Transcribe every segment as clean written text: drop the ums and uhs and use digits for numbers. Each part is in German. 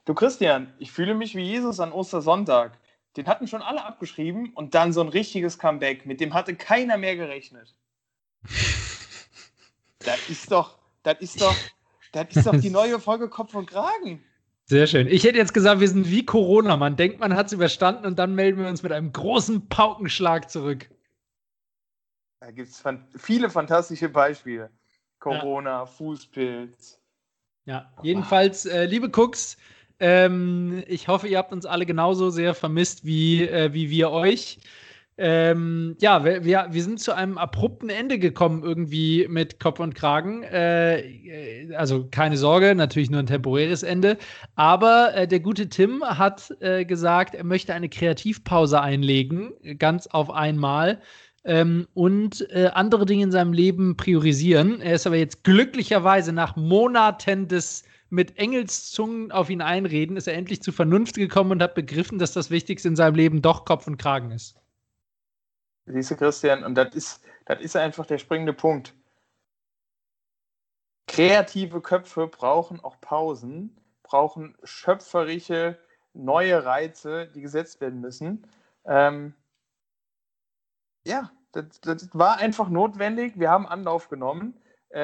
Du Christian, ich fühle mich wie Jesus an Ostersonntag. Den hatten schon alle abgeschrieben und dann so ein richtiges Comeback. Mit dem hatte keiner mehr gerechnet. Das ist doch die neue Folge Kopf und Kragen. Sehr schön. Ich hätte jetzt gesagt, wir sind wie Corona. Man denkt, man hat es überstanden und dann melden wir uns mit einem großen Paukenschlag zurück. Da gibt es viele fantastische Beispiele. Corona, Fußpilz. Ja, jedenfalls, liebe Cooks, ich hoffe, ihr habt uns alle genauso sehr vermisst wie wir euch. Wir sind zu einem abrupten Ende gekommen irgendwie mit Kopf und Kragen. Also keine Sorge, natürlich nur ein temporäres Ende. Aber der gute Tim hat gesagt, er möchte eine Kreativpause einlegen, ganz auf einmal. Und andere Dinge in seinem Leben priorisieren. Er ist aber jetzt glücklicherweise nach Monaten des mit Engelszungen auf ihn einreden, ist er endlich zur Vernunft gekommen und hat begriffen, dass das Wichtigste in seinem Leben doch Kopf und Kragen ist. Siehst du, Christian, und das ist einfach der springende Punkt. Kreative Köpfe brauchen auch Pausen, brauchen schöpferische, neue Reize, die gesetzt werden müssen. Das war einfach notwendig. Wir haben Anlauf genommen.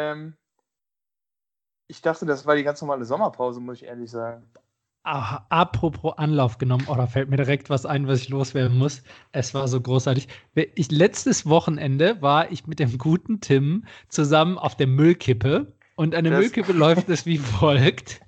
Ich dachte, das war die ganz normale Sommerpause, muss ich ehrlich sagen. Apropos Anlauf genommen, da fällt mir direkt was ein, was ich loswerden muss. Es war so großartig. Letztes Wochenende war ich mit dem guten Tim zusammen auf der Müllkippe und an der Müllkippe läuft es wie folgt.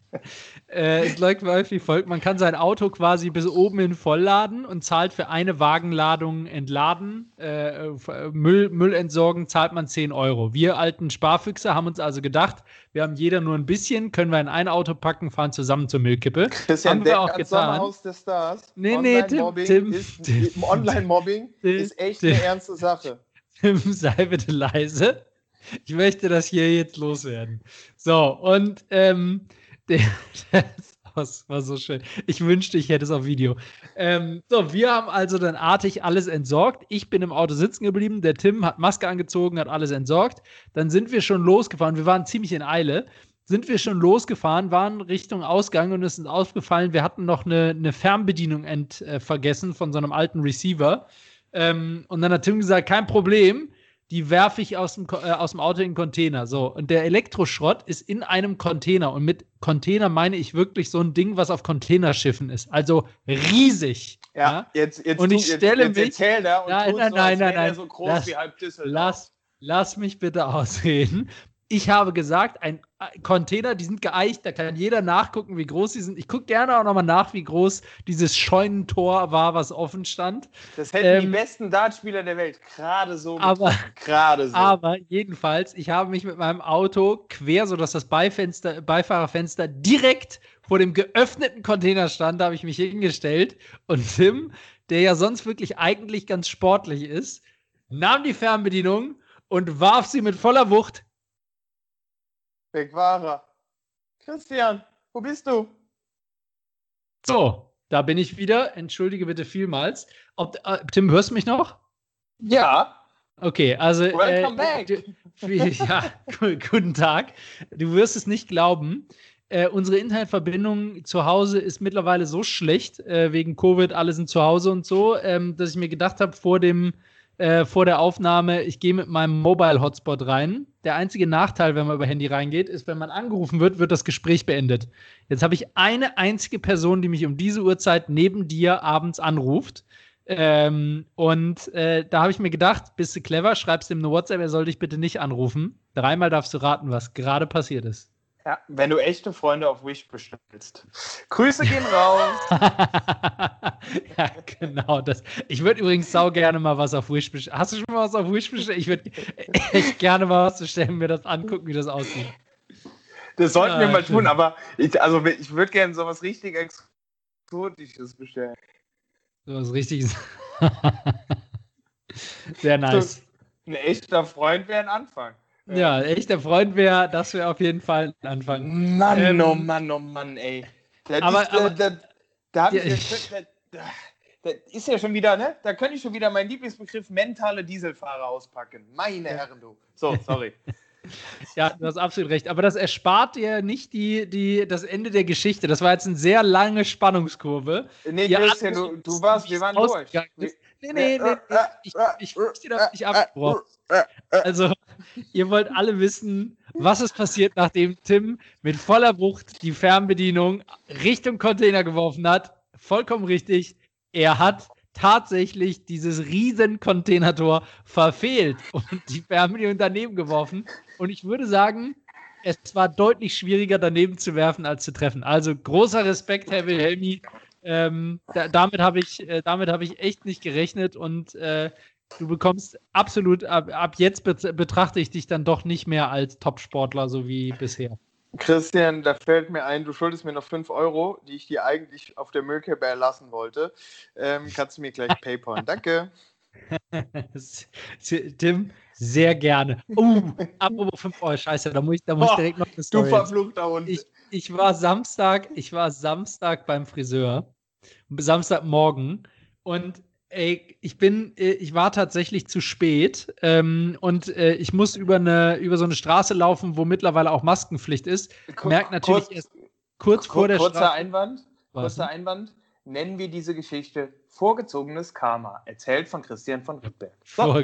Man kann sein Auto quasi bis oben hin vollladen und zahlt für eine Wagenladung entladen. Müll entsorgen zahlt man 10 Euro. Wir alten Sparfüchse haben uns also gedacht, wir haben jeder nur ein bisschen, können wir in ein Auto packen, fahren zusammen zur Müllkippe. Christian, haben wir auch getan. Sommerhaus der Stars. Tim. Online-Mobbing ist echt eine ernste Sache. Tim, sei bitte leise. Ich möchte das hier jetzt loswerden. So, und das war so schön. Ich wünschte, ich hätte es auf Video. Wir haben also dann artig alles entsorgt. Ich bin im Auto sitzen geblieben. Der Tim hat Maske angezogen, hat alles entsorgt. Dann sind wir schon losgefahren. Wir waren ziemlich in Eile. Sind wir schon losgefahren, waren Richtung Ausgang und es ist aufgefallen, wir hatten noch eine Fernbedienung vergessen von so einem alten Receiver. Und dann hat Tim gesagt, kein Problem. Die werfe ich aus dem Auto in den Container. So, und der Elektroschrott ist in einem Container. Und mit Container meine ich wirklich so ein Ding, was auf Containerschiffen ist. Also riesig. Ja. Jetzt erzähl da und nein. So groß wie halb Düsseldorf. Lass mich bitte ausreden. Ich habe gesagt, ein Container, die sind geeicht, da kann jeder nachgucken, wie groß die sind. Ich gucke gerne auch nochmal nach, wie groß dieses Scheunentor war, was offen stand. Das hätten die besten Dartspieler der Welt gerade so. Aber jedenfalls, ich habe mich mit meinem Auto quer, sodass das Beifahrerfenster direkt vor dem geöffneten Container stand, da habe ich mich hingestellt. Und Tim, der ja sonst wirklich eigentlich ganz sportlich ist, nahm die Fernbedienung und warf sie mit voller Wucht. Weg war er. Christian, wo bist du? So, da bin ich wieder. Entschuldige bitte vielmals. Tim, hörst du mich noch? Ja. Okay, also Welcome back. Guten Tag. Du wirst es nicht glauben. Unsere Internetverbindung zu Hause ist mittlerweile so schlecht, wegen Covid, alle sind zu Hause und so, dass ich mir gedacht habe, vor der Aufnahme, ich gehe mit meinem Mobile-Hotspot rein. Der einzige Nachteil, wenn man über Handy reingeht, ist, wenn man angerufen wird das Gespräch beendet. Jetzt habe ich eine einzige Person, die mich um diese Uhrzeit neben dir abends anruft. Da habe ich mir gedacht, bist du clever, schreibst ihm eine WhatsApp, er soll dich bitte nicht anrufen. 3-mal darfst du raten, was gerade passiert ist. Ja, wenn du echte Freunde auf Wish bestellst. Grüße gehen raus. Ja, genau das. Ich würde übrigens gerne mal was auf Wish bestellen. Hast du schon mal was auf Wish bestellt? Ich würde echt gerne mal was bestellen, mir das angucken, wie das aussieht. Das sollten wir mal tun, aber ich würde gerne sowas richtig Exotisches bestellen. Sowas Richtiges. Sehr nice. Ein echter Freund wäre ein Anfang. Ja, echter Freund das wäre auf jeden Fall ein Anfang. Mann, oh Mann, ey. Das ist ja schon wieder, ne? Da könnte ich schon wieder meinen Lieblingsbegriff mentale Dieselfahrer auspacken. Meine Herren, du. So, sorry. Ja, du hast absolut recht. Aber das erspart dir nicht das Ende der Geschichte. Das war jetzt eine sehr lange Spannungskurve. Nee, Ihr Christian, alle wir wissen, waren durch. ausgegangen ist. Nee. Ich hab's dir doch nicht abgebrochen. Also, ihr wollt alle wissen, was ist passiert, nachdem Tim mit voller Wucht die Fernbedienung Richtung Container geworfen hat. Vollkommen richtig. Er hat tatsächlich dieses riesen Containertor verfehlt und die Fernbedienung daneben geworfen. Und ich würde sagen, es war deutlich schwieriger, daneben zu werfen, als zu treffen. Also großer Respekt, Herr Wilhelmi. Damit habe ich echt nicht gerechnet und du bekommst absolut, ab jetzt betrachte ich dich dann doch nicht mehr als Topsportler, so wie bisher. Christian, da fällt mir ein, du schuldest mir noch 5 Euro, die ich dir eigentlich auf der Müllkippe erlassen wollte. Kannst du mir gleich PayPalen. Danke. Tim, sehr gerne. Apropos 5 Euro, scheiße, da muss ich direkt noch eine Story. Du verfluchter Hund. Ich war Samstag beim Friseur, Samstagmorgen, und ich war tatsächlich zu spät und ich muss über so eine Straße laufen, wo mittlerweile auch Maskenpflicht ist. Merkt natürlich erst kurz vor der Straße. Kurzer Einwand. Nennen wir diese Geschichte Vorgezogenes Karma, erzählt von Christian von Rittberg. So.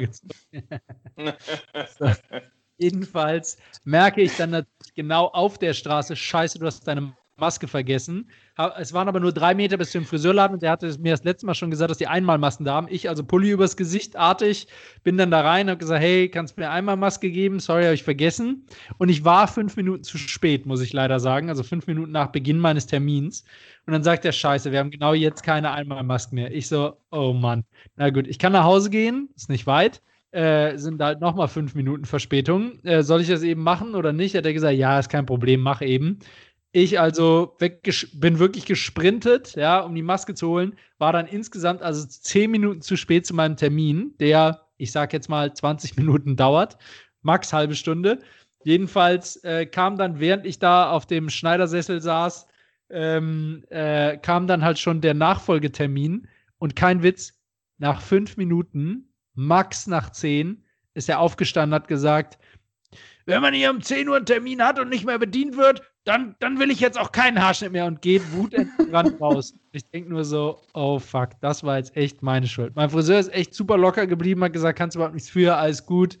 So. Jedenfalls merke ich dann natürlich genau auf der Straße, scheiße, du hast deine Maske vergessen. Es waren aber nur 3 Meter bis zum Friseurladen und der hatte mir das letzte Mal schon gesagt, dass die Einmalmasken da haben. Ich, also Pulli übers Gesicht, artig, bin dann da rein, habe gesagt, hey, kannst du mir Einmalmaske geben? Sorry, habe ich vergessen. Und ich war 5 Minuten zu spät, muss ich leider sagen. Also 5 Minuten nach Beginn meines Termins. Und dann sagt der Scheiße, wir haben genau jetzt keine Einmalmasken mehr. Ich so, oh Mann. Na gut, ich kann nach Hause gehen, ist nicht weit. Sind halt nochmal 5 Minuten Verspätung. Soll ich das eben machen oder nicht? Hat er gesagt, ja, ist kein Problem, mach eben. Ich also bin wirklich gesprintet, ja, um die Maske zu holen, war dann insgesamt also 10 Minuten zu spät zu meinem Termin, der, ich sag jetzt mal, 20 Minuten dauert, max halbe Stunde. Jedenfalls kam dann, während ich da auf dem Schneidersessel saß, kam dann halt schon der Nachfolgetermin und kein Witz, nach 5 Minuten, max nach 10, ist er aufgestanden, hat gesagt, wenn man hier um 10 Uhr einen Termin hat und nicht mehr bedient wird, dann will ich jetzt auch keinen Haarschnitt mehr und geht wutentbrannt raus. Ich denke nur so, oh fuck, das war jetzt echt meine Schuld. Mein Friseur ist echt super locker geblieben, hat gesagt, kannst du überhaupt nichts für, alles gut.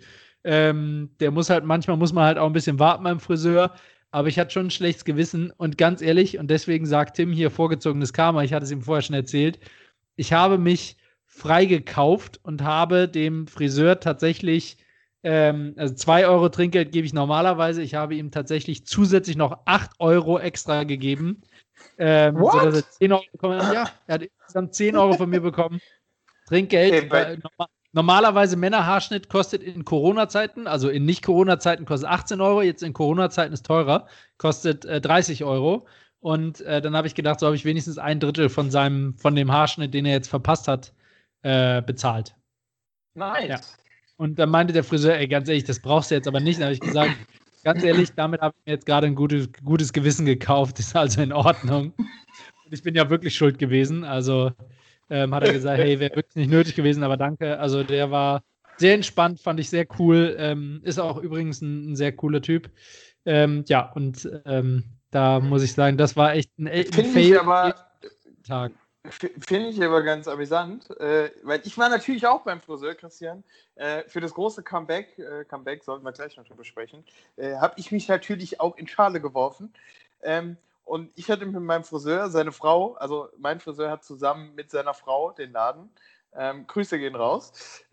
Manchmal muss man halt auch ein bisschen warten beim Friseur, aber ich hatte schon ein schlechtes Gewissen und ganz ehrlich, und deswegen sagt Tim hier vorgezogenes Karma, ich hatte es ihm vorher schon erzählt, ich habe mich freigekauft und habe dem Friseur tatsächlich also 2 Euro Trinkgeld gebe ich normalerweise. Ich habe ihm tatsächlich zusätzlich noch 8 Euro extra gegeben. Sodass er 10 Euro bekommen hat. Ja, er hat insgesamt 10 Euro von mir bekommen. Trinkgeld. Normalerweise Männerhaarschnitt kostet in Corona-Zeiten, also in Nicht-Corona-Zeiten kostet 18 Euro, jetzt in Corona-Zeiten ist teurer, kostet 30 Euro. Und dann habe ich gedacht, so habe ich wenigstens 1/3 von dem Haarschnitt, den er jetzt verpasst hat, bezahlt. Nice. Ja. Und dann meinte der Friseur, ey, ganz ehrlich, das brauchst du jetzt aber nicht. Dann habe ich gesagt, ganz ehrlich, damit habe ich mir jetzt gerade ein gutes Gewissen gekauft. Ist also in Ordnung. Und ich bin ja wirklich schuld gewesen. Also hat er gesagt, hey, wäre wirklich nicht nötig gewesen, aber danke. Also der war sehr entspannt, fand ich sehr cool. Ist auch übrigens ein sehr cooler Typ. Ja, und da muss ich sagen, das war echt ein Fail-Tag. Finde ich aber ganz amüsant, weil ich war natürlich auch beim Friseur, Christian, für das große Comeback sollten wir gleich noch drüber sprechen, habe ich mich natürlich auch in Schale geworfen und ich hatte mit meinem Friseur, seine Frau, also mein Friseur hat zusammen mit seiner Frau den Laden, Grüße gehen raus,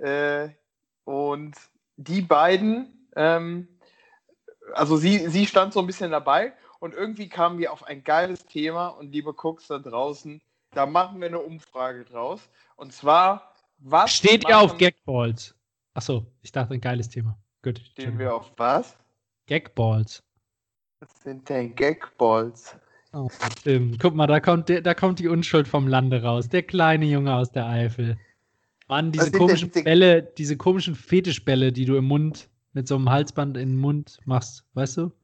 und die beiden, also sie stand so ein bisschen dabei und irgendwie kamen wir auf ein geiles Thema und liebe Cooks da draußen, da machen wir eine Umfrage draus. Und zwar, was steht ihr auf Gagballs? Achso, ich dachte, ein geiles Thema. Gut. Stehen wir auf was? Gagballs. Was sind denn Gagballs? Oh, Tim. Guck mal, da kommt die Unschuld vom Lande raus. Der kleine Junge aus der Eifel. Mann, diese komischen Bälle, diese komischen Fetischbälle, die du im Mund mit so einem Halsband in den Mund machst. Weißt du?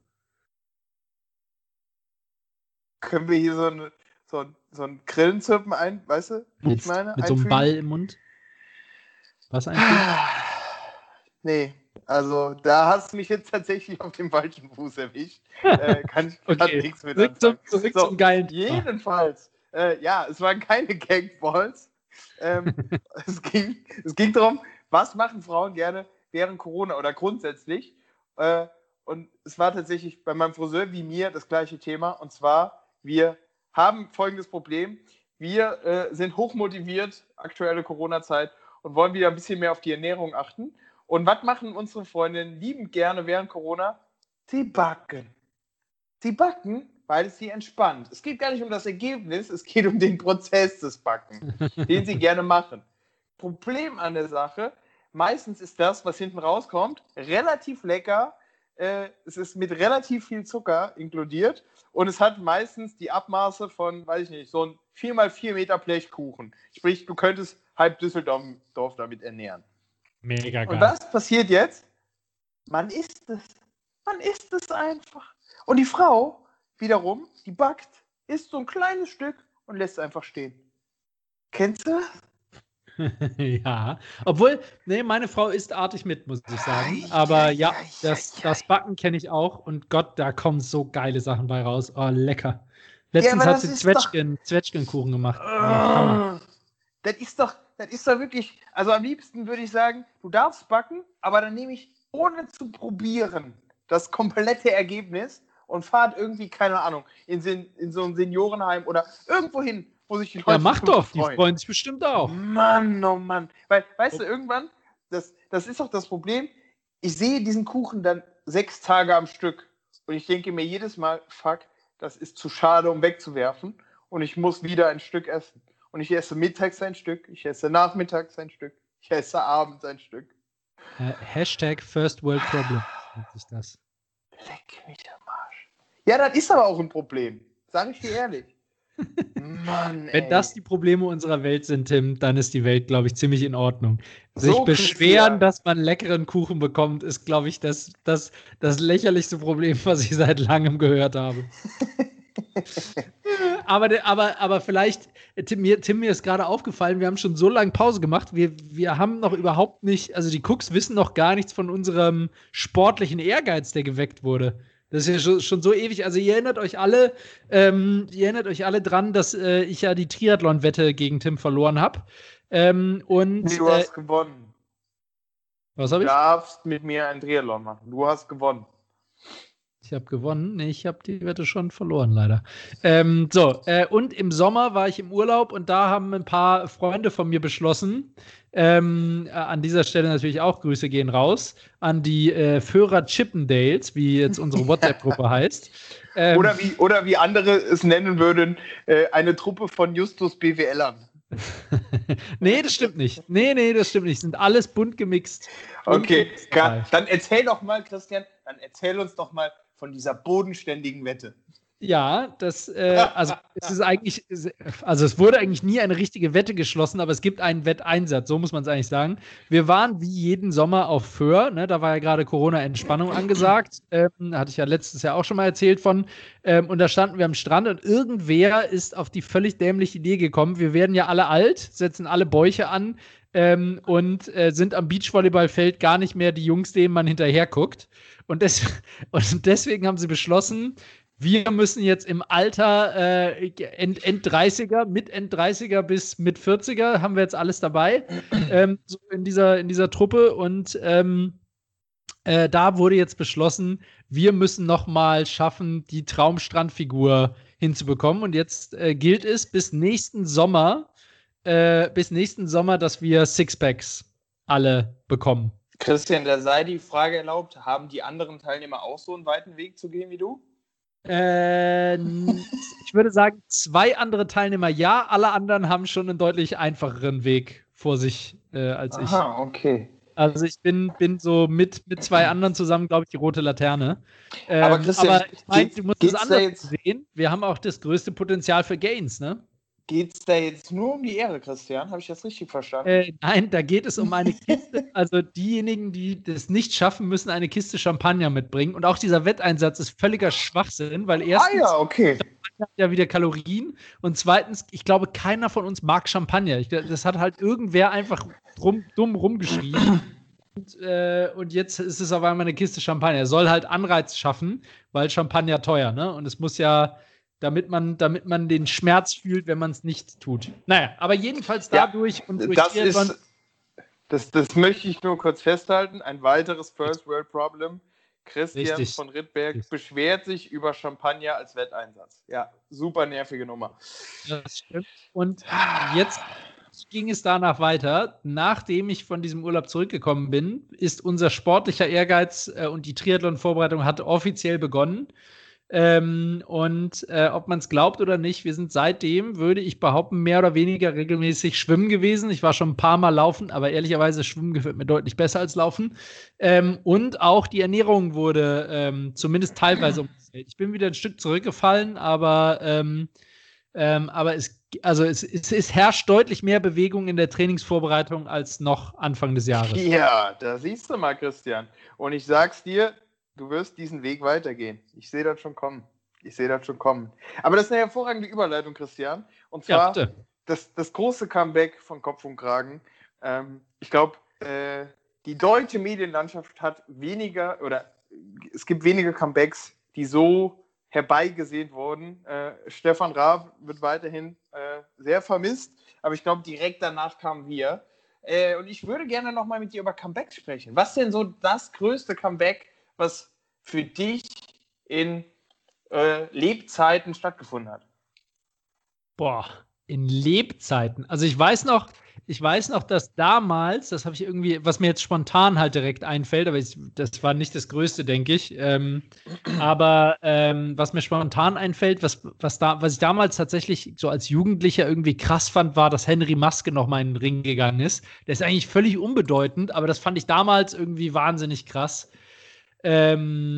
Können wir hier so ein Grillenzirpen weißt du, wie ich meine? Mit so einem Ball im Mund? Was eigentlich? Nee, Also, da hast du mich jetzt tatsächlich auf dem falschen Fuß erwischt. Kann ich okay. nichts mit anfangen. Zurück zum geilen Thema. Jedenfalls, ja, es waren keine Gagballs. es ging darum, was machen Frauen gerne während Corona oder grundsätzlich. Und es war tatsächlich bei meinem Friseur wie mir das gleiche Thema. Und zwar, wir haben folgendes Problem. Wir sind hochmotiviert, aktuelle Corona-Zeit, und wollen wieder ein bisschen mehr auf die Ernährung achten. Und was machen unsere Freundinnen liebend gerne während Corona? Sie backen. Sie backen, weil es sie entspannt. Es geht gar nicht um das Ergebnis, es geht um den Prozess des Backen, den sie gerne machen. Problem an der Sache, meistens ist das, was hinten rauskommt, relativ lecker. Es ist mit relativ viel Zucker inkludiert und es hat meistens die Abmaße von, weiß ich nicht, so ein 4x4 Meter Blechkuchen. Sprich, du könntest halb Düsseldorf damit ernähren. Mega geil. Und was passiert jetzt? Man isst es. Man isst es einfach. Und die Frau, wiederum, die backt, isst so ein kleines Stück und lässt es einfach stehen. Kennst du das? Ja, obwohl, nee, meine Frau isst artig mit, muss ich sagen. Aber ja, das Backen kenne ich auch. Und Gott, da kommen so geile Sachen bei raus. Oh, lecker. Letztens hat sie Zwetschgenkuchen gemacht. Das ist doch wirklich, also am liebsten würde ich sagen, du darfst backen, aber dann nehme ich, ohne zu probieren, das komplette Ergebnis und fahrt irgendwie, keine Ahnung, in so ein Seniorenheim oder irgendwo hin, wo sich die Leute mach doch, freuen. Die freuen sich bestimmt auch. Mann, oh Mann. Weil, weißt du, irgendwann, das ist doch das Problem, ich sehe diesen Kuchen dann 6 Tage am Stück und ich denke mir jedes Mal, fuck, das ist zu schade, um wegzuwerfen und ich muss wieder ein Stück essen. Und ich esse mittags ein Stück, ich esse nachmittags ein Stück, ich esse abends ein Stück. Hashtag First World Problem nennt sich das. Leck mich am Arsch. Ja, das ist aber auch ein Problem. Sag ich dir ehrlich. Mann, ey. Wenn das die Probleme unserer Welt sind, Tim, dann ist die Welt, glaube ich, ziemlich in Ordnung. Sich So, beschweren, dass man leckeren Kuchen bekommt, ist, glaube ich, das lächerlichste Problem, was ich seit langem gehört habe. aber vielleicht, Tim, mir ist gerade aufgefallen, wir haben schon so lange Pause gemacht, wir haben noch überhaupt nicht, also die Cooks wissen noch gar nichts von unserem sportlichen Ehrgeiz, der geweckt wurde. Das ist ja schon so ewig. Also ihr erinnert euch alle dran, dass ich ja die Triathlon-Wette gegen Tim verloren habe. Du hast gewonnen. Was habe ich? Du darfst mit mir einen Triathlon machen. Du hast gewonnen. Ich habe gewonnen. Nee, ich habe die Wette schon verloren, leider. Und im Sommer war ich im Urlaub und da haben ein paar Freunde von mir beschlossen, an dieser Stelle natürlich auch Grüße gehen raus, an die Föhrer Chippendales, wie jetzt unsere WhatsApp-Gruppe heißt. Oder wie andere es nennen würden, eine Truppe von Justus BWLern. Nee, das stimmt nicht. Nee, das stimmt nicht. Sind alles bunt gemixt. Okay, dann erzähl doch mal, Christian, uns doch mal von dieser bodenständigen Wette. Ja, es wurde eigentlich nie eine richtige Wette geschlossen, aber es gibt einen Wetteinsatz, so muss man es eigentlich sagen. Wir waren wie jeden Sommer auf Föhr, ne, da war ja gerade Corona-Entspannung angesagt, hatte ich ja letztes Jahr auch schon mal erzählt von, und da standen wir am Strand und irgendwer ist auf die völlig dämliche Idee gekommen, wir werden ja alle alt, setzen alle Bäuche an und sind am Beachvolleyballfeld gar nicht mehr die Jungs, denen man hinterher guckt. Und deswegen haben sie beschlossen, wir müssen jetzt im Alter End-30er, mit End-30er bis mit 40er haben wir jetzt alles dabei, so in dieser Truppe. Und da wurde jetzt beschlossen, wir müssen noch mal schaffen, die Traumstrandfigur hinzubekommen. Und jetzt gilt es bis nächsten Sommer, dass wir Sixpacks alle bekommen. Christian, da sei die Frage erlaubt, haben die anderen Teilnehmer auch so einen weiten Weg zu gehen wie du? Ich würde sagen, 2 andere Teilnehmer ja, alle anderen haben schon einen deutlich einfacheren Weg vor sich als ich. Aha, okay. Also ich bin so mit 2 anderen zusammen, glaube ich, die rote Laterne. Aber Christian, ich meine, du musst es anders sehen. Wir haben auch das größte Potenzial für Gains, ne? Geht es da jetzt nur um die Ehre, Christian? Habe ich das richtig verstanden? Nein, da geht es um eine Kiste. Also diejenigen, die das nicht schaffen, müssen eine Kiste Champagner mitbringen. Und auch dieser Wetteinsatz ist völliger Schwachsinn, weil erstens okay. hat ja wieder Kalorien und zweitens, ich glaube, keiner von uns mag Champagner. Das hat halt irgendwer einfach dumm rumgeschrieben. und jetzt ist es auf einmal eine Kiste Champagner. Er soll halt Anreiz schaffen, weil Champagner teuer, ne? Und es muss ja, damit man den Schmerz fühlt, wenn man es nicht tut. Naja, aber jedenfalls dadurch und durch Triathlon. Das möchte ich nur kurz festhalten. Ein weiteres First World Problem. Christian von Rittberg beschwert sich über Champagner als Wetteinsatz. Ja, super nervige Nummer. Das stimmt. Und jetzt ging es danach weiter. Nachdem ich von diesem Urlaub zurückgekommen bin, ist unser sportlicher Ehrgeiz und die Triathlon-Vorbereitung hat offiziell begonnen. Ob man es glaubt oder nicht, wir sind seitdem, würde ich behaupten, mehr oder weniger regelmäßig schwimmen gewesen. Ich war schon ein paar Mal laufen, aber ehrlicherweise schwimmen gefällt mir deutlich besser als laufen. Und auch die Ernährung wurde zumindest teilweise umgestellt. Ich bin wieder ein Stück zurückgefallen, aber es herrscht deutlich mehr Bewegung in der Trainingsvorbereitung als noch Anfang des Jahres. Ja, da siehst du mal, Christian. Und ich sag's dir, du wirst diesen Weg weitergehen. Ich sehe das schon kommen. Aber das ist eine hervorragende Überleitung, Christian. Und zwar das große Comeback von Kopf und Kragen. Ich glaube, die deutsche Medienlandschaft hat es gibt wenige Comebacks, die so herbeigesehnt wurden. Stefan Raab wird weiterhin sehr vermisst, aber ich glaube, direkt danach kamen wir. Und ich würde gerne nochmal mit dir über Comebacks sprechen. Was denn so das größte Comeback, was für dich in Lebzeiten stattgefunden hat? Boah, in Lebzeiten. Also ich weiß noch, dass damals, das habe ich irgendwie, was mir jetzt spontan halt direkt einfällt, aber das war nicht das Größte, denke ich. Was mir spontan einfällt, was ich damals tatsächlich so als Jugendlicher irgendwie krass fand, war, dass Henry Maske noch mal in den Ring gegangen ist. Der ist eigentlich völlig unbedeutend, aber das fand ich damals irgendwie wahnsinnig krass. Dass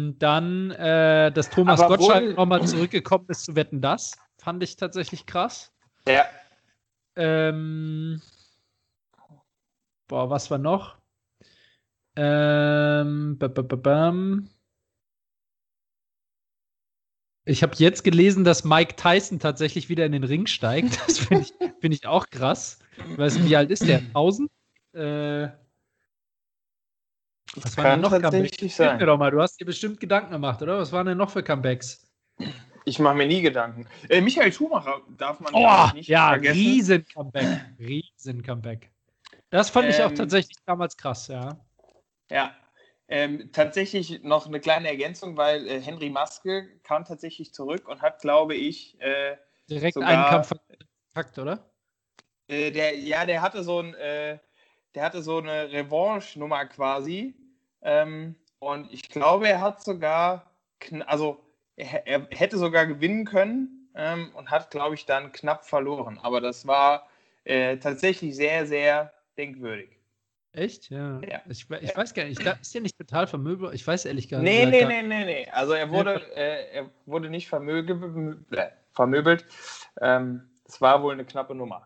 Thomas Gottschalk nochmal zurückgekommen ist zu Wetten, das fand ich tatsächlich krass. Ja. Was war noch? Ich habe jetzt gelesen, dass Mike Tyson tatsächlich wieder in den Ring steigt. Das finde ich auch krass. Ich weiß nicht, wie alt ist der? 1000? Was waren denn noch Comebacks? Hilf mir doch mal, du hast dir bestimmt Gedanken gemacht, oder? Was waren denn noch für Comebacks? Ich mache mir nie Gedanken. Michael Schumacher darf man nicht vergessen. Riesen-Comeback. Das fand ich auch tatsächlich damals krass, ja. Ja, tatsächlich noch eine kleine Ergänzung, weil Henry Maske kam tatsächlich zurück und hat, glaube ich, direkt einen Kampf verpackt, oder? Der hatte so eine Revanche-Nummer quasi. Und ich glaube, er hat sogar, er hätte sogar gewinnen können und hat, glaube ich, dann knapp verloren. Aber das war tatsächlich sehr, sehr denkwürdig. Echt? Ja. Ich weiß gar nicht. Ist der nicht total vermöbelt? Ich weiß ehrlich gar nicht. Nee. Also er wurde nicht vermöbelt. Das war wohl eine knappe Nummer.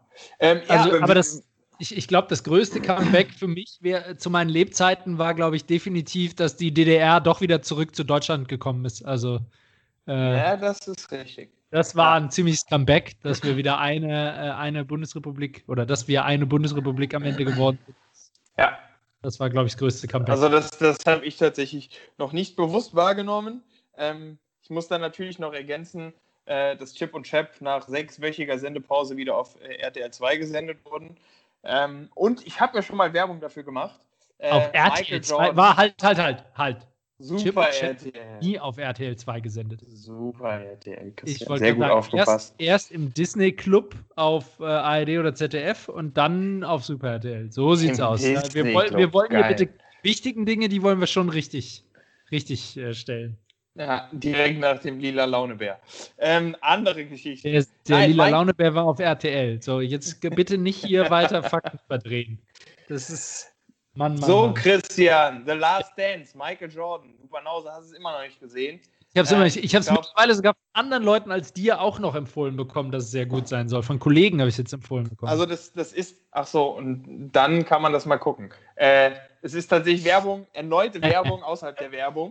Ich glaube, das größte Comeback für mich zu meinen Lebzeiten war, glaube ich, definitiv, dass die DDR doch wieder zurück zu Deutschland gekommen ist. Also ja, das ist richtig. Das war ein ziemliches Comeback, dass wir wieder eine Bundesrepublik oder dass wir eine Bundesrepublik am Ende geworden sind. Ja. Das war, glaube ich, das größte Comeback. Also das habe ich tatsächlich noch nicht bewusst wahrgenommen. Ich muss dann natürlich noch ergänzen, dass Chip und Chap nach 6-wöchiger Sendepause wieder auf RTL 2 gesendet wurden. Und ich habe ja schon mal Werbung dafür gemacht. Auf RTL 2 war halt. Super RTL. Nie auf RTL 2 gesendet. Super RTL. Ich wollte sehr gut aufgepasst. Erst im Disney Club auf ARD oder ZDF und dann auf Super RTL. So sieht's aus. Ja, wir wollen hier bitte wichtigen Dinge, die wollen wir schon richtig stellen. Ja, direkt nach dem Lila Launebär. Andere Geschichte. Der Lila Launebär war auf RTL. So, jetzt bitte nicht hier weiter Fakten verdrehen. Das ist... Mann. Christian, The Last Dance, Michael Jordan. Du Banause hast es immer noch nicht gesehen. Ich habe es mittlerweile sogar von anderen Leuten als dir auch noch empfohlen bekommen, dass es sehr gut sein soll. Von Kollegen habe ich es jetzt empfohlen bekommen. Also das ist, und dann kann man das mal gucken. Es ist tatsächlich Werbung, erneute Werbung außerhalb der Werbung.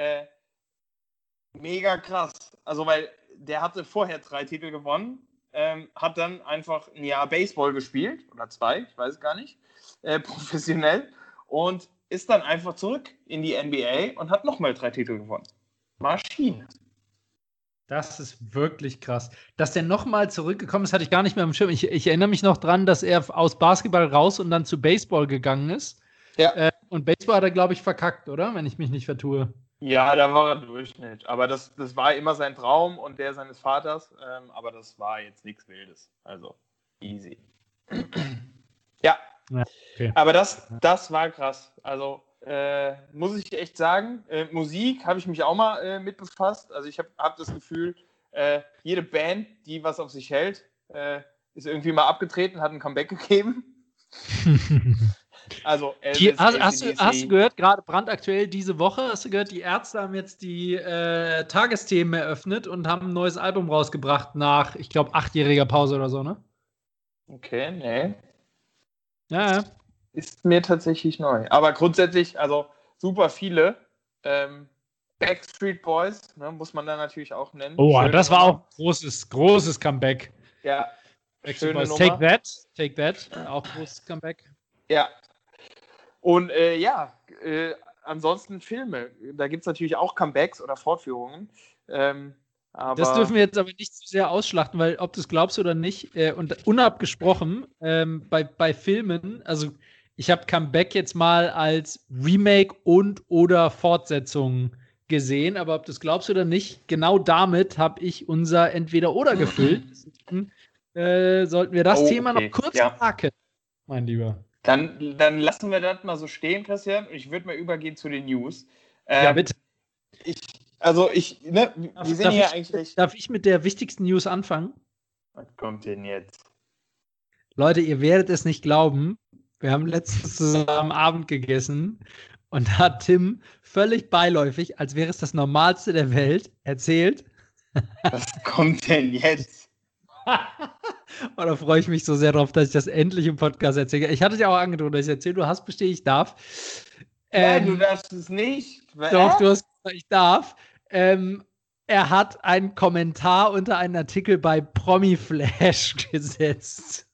Mega krass. Also, weil der hatte vorher 3 Titel gewonnen, hat dann einfach ein Jahr Baseball gespielt, oder 2, ich weiß es gar nicht. Professionell und ist dann einfach zurück in die NBA und hat nochmal 3 Titel gewonnen. Maschine. Das ist wirklich krass. Dass der nochmal zurückgekommen ist, hatte ich gar nicht mehr im Schirm. Ich erinnere mich noch dran, dass er aus Basketball raus und dann zu Baseball gegangen ist. Ja. Und Baseball hat er, glaube ich, verkackt, oder? Wenn ich mich nicht vertue. Ja, da war er Durchschnitt. Aber das war immer sein Traum und der seines Vaters. Aber das war jetzt nichts Wildes. Also easy. Ja. Okay. Aber das war krass. Also muss ich echt sagen, Musik habe ich mich auch mal mit befasst. Also ich hab das Gefühl, jede Band, die was auf sich hält, ist irgendwie mal abgetreten, hat ein Comeback gegeben. Also hast du gehört, gerade brandaktuell diese Woche, hast du gehört, die Ärzte haben jetzt die Tagesthemen eröffnet und haben ein neues Album rausgebracht nach, ich glaube, 8-jähriger Pause oder so, ne? Okay, nee. Ja. Ist mir tatsächlich neu. Aber grundsätzlich, also super viele. Backstreet Boys, ne, muss man da natürlich auch nennen. Oh, das war auch großes Comeback. Ja. Backstreet Boys. Take That. Auch großes Comeback. Ja. Und ansonsten Filme. Da gibt es natürlich auch Comebacks oder Fortführungen. Aber das dürfen wir jetzt aber nicht zu sehr ausschlachten, weil ob du es glaubst oder nicht, und unabgesprochen, bei Filmen, also ich habe Comeback jetzt mal als Remake und oder Fortsetzung gesehen, aber ob du es glaubst oder nicht, genau damit habe ich unser Entweder-Oder gefüllt. Sollten wir das Thema noch kurz parken, mein Lieber. Dann lassen wir das mal so stehen, Christian. Ich würde mal übergehen zu den News. Ja, bitte. Wir sind hier eigentlich. Darf ich mit der wichtigsten News anfangen? Was kommt denn jetzt? Leute, ihr werdet es nicht glauben. Wir haben letztens zusammen Abend gegessen und da hat Tim völlig beiläufig, als wäre es das Normalste der Welt, erzählt. Was kommt denn jetzt? Und da freue ich mich so sehr drauf, dass ich das endlich im Podcast erzähle. Ich hatte dir auch angedroht, dass ich erzähle, du hast bestimmt, ich darf. Nein, du darfst es nicht. Doch, du hast gesagt, ich darf. Er hat einen Kommentar unter einen Artikel bei Promiflash gesetzt.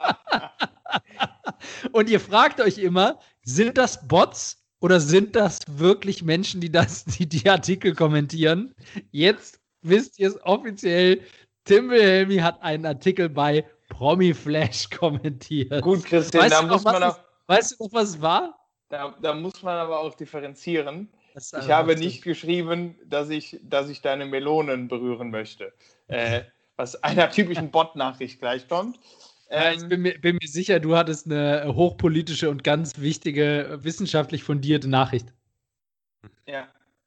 Und ihr fragt euch immer, sind das Bots oder sind das wirklich Menschen, die die Artikel kommentieren? Jetzt wisst ihr es offiziell. Tim Wilhelmi hat einen Artikel bei Promiflash kommentiert. Gut, Christian, weißt du noch, was es war? Da muss man aber auch differenzieren. Ich habe nicht geschrieben, dass ich deine Melonen berühren möchte. Was einer typischen Bot-Nachricht gleichkommt. Ich bin mir sicher, du hattest eine hochpolitische und ganz wichtige, wissenschaftlich fundierte Nachricht. Ja.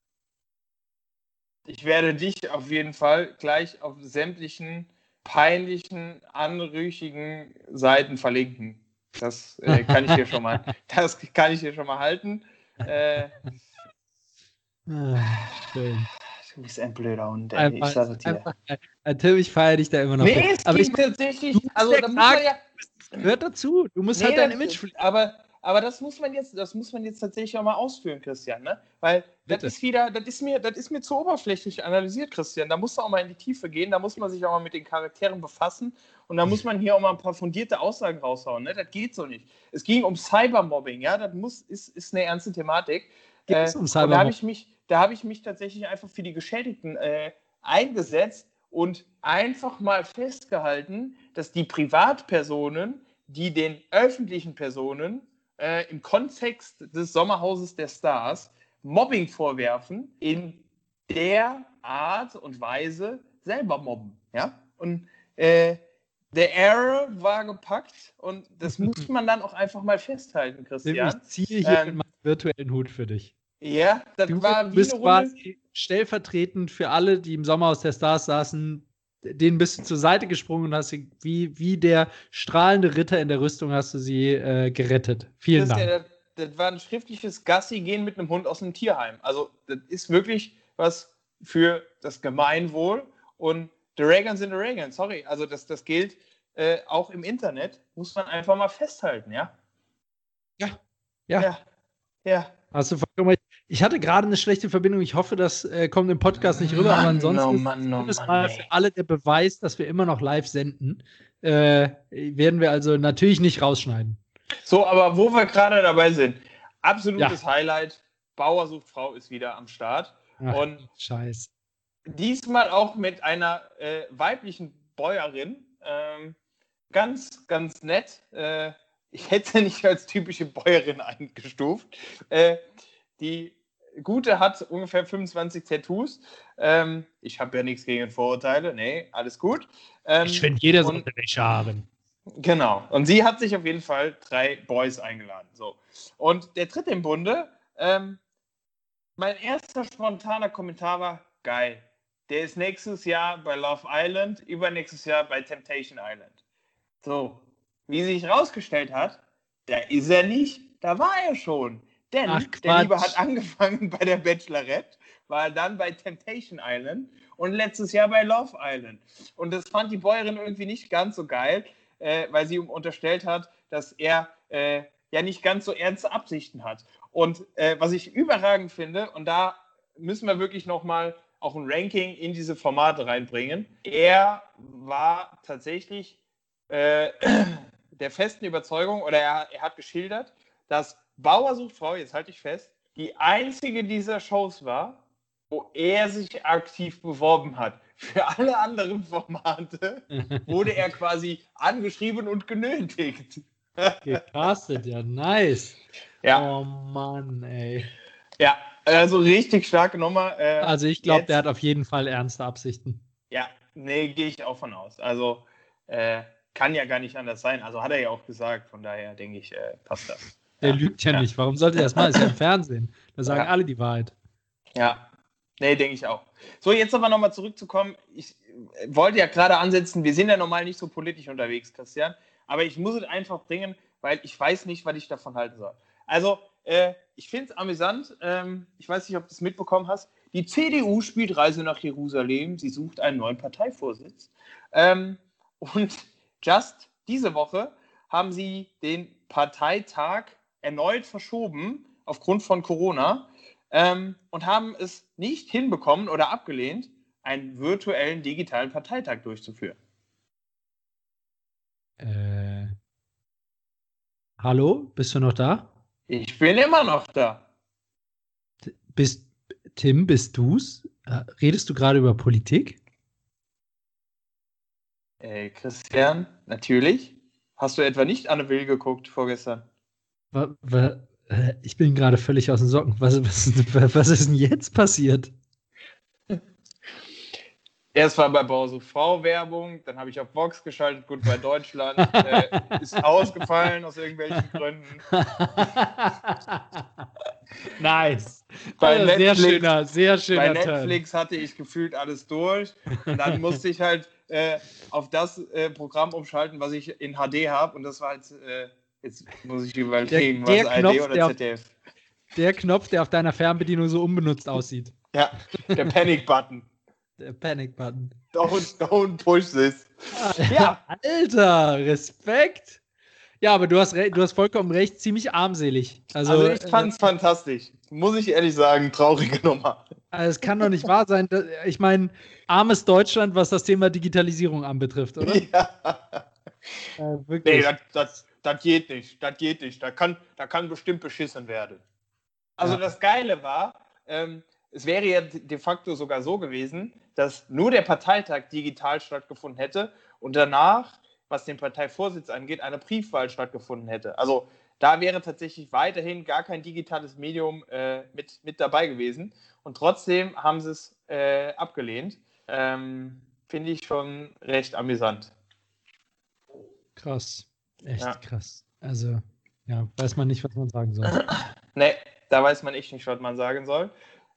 Ich werde dich auf jeden Fall gleich auf sämtlichen peinlichen, anrüchigen Seiten verlinken. Das kann ich dir schon mal. Das kann ich dir schon mal halten. Schön. Du bist ein blöder Hund, ey. Ich sage dir. Tim, ich feiere dich da immer noch. Nee, es aber tatsächlich. Also, da muss man ja. Gehört dazu. Du musst halt dein Image pflegen. Aber das muss man jetzt tatsächlich auch mal ausführen, Christian, ne? Weil das ist mir zu oberflächlich analysiert, Christian. Da muss man auch mal in die Tiefe gehen, da muss man sich auch mal mit den Charakteren befassen und da muss man hier auch mal ein paar fundierte Aussagen raushauen, ne? Das geht so nicht. Es ging um Cybermobbing, ja, ist eine ernste Thematik. Und da habe ich mich tatsächlich einfach für die Geschädigten eingesetzt und einfach mal festgehalten, dass die Privatpersonen, die den öffentlichen Personen im Kontext des Sommerhauses der Stars Mobbing vorwerfen, in der Art und Weise selber mobben. Ja? Und der Error war gepackt und das muss man dann auch einfach mal festhalten, Christian. Ich ziehe hier mit meinem virtuellen Hut für dich. Ja, das war wie bist eine Runde. Quasi stellvertretend für alle, die im Sommerhaus der Stars saßen, denen bist du zur Seite gesprungen und hast sie, wie der strahlende Ritter in der Rüstung, hast du sie gerettet. Vielen Dank. Das war ein schriftliches Gassi-Gehen mit einem Hund aus einem Tierheim. Also, das ist wirklich was für das Gemeinwohl. Und the Reagans sind the Reagans, sorry. Also, das gilt auch im Internet, muss man einfach mal festhalten, ja? Ja. Hast du vollkommen recht. Ich hatte gerade eine schlechte Verbindung. Ich hoffe, das kommt im Podcast nicht rüber. Aber ansonsten ist mal für alle der Beweis, dass wir immer noch live senden. Werden wir also natürlich nicht rausschneiden. So, aber wo wir gerade dabei sind. absolutes Highlight. Bauer sucht Frau ist wieder am Start. Ach, und Scheiß. Diesmal auch mit einer weiblichen Bäuerin. Ganz, ganz nett. Ich hätte sie nicht als typische Bäuerin eingestuft. Die Gute hat ungefähr 25 Tattoos. Ich habe ja nichts gegen Vorurteile. Nee, alles gut. Ich finde, jeder sollte welche haben. Genau. Und sie hat sich auf jeden Fall 3 Boys eingeladen. So. Und der dritte im Bunde, mein erster spontaner Kommentar war, geil. Der ist nächstes Jahr bei Love Island, übernächstes Jahr bei Temptation Island. So, wie sich herausgestellt hat, da ist er nicht, da war er schon. Denn der Liebe hat angefangen bei der Bachelorette, war dann bei Temptation Island und letztes Jahr bei Love Island. Und das fand die Bäuerin irgendwie nicht ganz so geil, weil sie ihm unterstellt hat, dass er ja nicht ganz so ernste Absichten hat. Und was ich überragend finde, und da müssen wir wirklich nochmal auch ein Ranking in diese Formate reinbringen, er war tatsächlich der festen Überzeugung, oder er hat geschildert, dass Bauer sucht Frau, jetzt halte ich fest, die einzige dieser Shows war, wo er sich aktiv beworben hat. Für alle anderen Formate wurde er quasi angeschrieben und genötigt. Gecastet, ja, nice. Ja. Oh Mann, ey. Ja, also richtig starke Nummer. Also ich glaube, der hat auf jeden Fall ernste Absichten. Ja, nee, gehe ich auch von aus. Also kann ja gar nicht anders sein. Also hat er ja auch gesagt, von daher denke ich, passt das. Der lügt ja nicht. Warum sollte er das machen? Ist ja im Fernsehen. Da sagen alle die Wahrheit. Ja, nee, denke ich auch. So, jetzt aber nochmal zurückzukommen. Ich wollte ja gerade ansetzen, wir sind ja normal nicht so politisch unterwegs, Christian, aber ich muss es einfach bringen, weil ich weiß nicht, was ich davon halten soll. Also, ich finde es amüsant. Ich weiß nicht, ob du es mitbekommen hast. Die CDU spielt Reise nach Jerusalem. Sie sucht einen neuen Parteivorsitz. Und just diese Woche haben sie den Parteitag erneut verschoben aufgrund von Corona und haben es nicht hinbekommen oder abgelehnt, einen virtuellen digitalen Parteitag durchzuführen. Hallo, bist du noch da? Ich bin immer noch da. Tim, bist du's? Redest du gerade über Politik? Christian, natürlich. Hast du etwa nicht Anne Will geguckt vorgestern? Ich bin gerade völlig aus den Socken. Was ist denn jetzt passiert? Erst war bei Bauer sucht Frau Werbung, dann habe ich auf Vox geschaltet, gut bei Deutschland, ist ausgefallen aus irgendwelchen Gründen. Nice. Bei Netflix, sehr schöner Bei Netflix hatte ich gefühlt alles durch und dann musste ich halt auf das Programm umschalten, was ich in HD habe und das war jetzt muss ich überlegen, was ARD oder ZDF. Der Knopf, der auf deiner Fernbedienung so unbenutzt aussieht. Ja, der Panic-Button. Der Panic-Button. Don't push this. Ja. Alter, Respekt. Ja, aber du hast vollkommen recht, ziemlich armselig. Also ich fand es fantastisch. Muss ich ehrlich sagen, traurige Nummer. Also es kann doch nicht wahr sein. Ich meine, armes Deutschland, was das Thema Digitalisierung anbetrifft, oder? Ja. Wirklich. Nee, das geht nicht. Das geht nicht. Da kann bestimmt beschissen werden. Also das Geile war, es wäre ja de facto sogar so gewesen, dass nur der Parteitag digital stattgefunden hätte und danach, was den Parteivorsitz angeht, eine Briefwahl stattgefunden hätte. Also da wäre tatsächlich weiterhin gar kein digitales Medium mit dabei gewesen. Und trotzdem haben sie es abgelehnt. Finde ich schon recht amüsant. Krass. Echt krass. Also, ja, weiß man nicht, was man sagen soll. Nee, da weiß man echt nicht, was man sagen soll.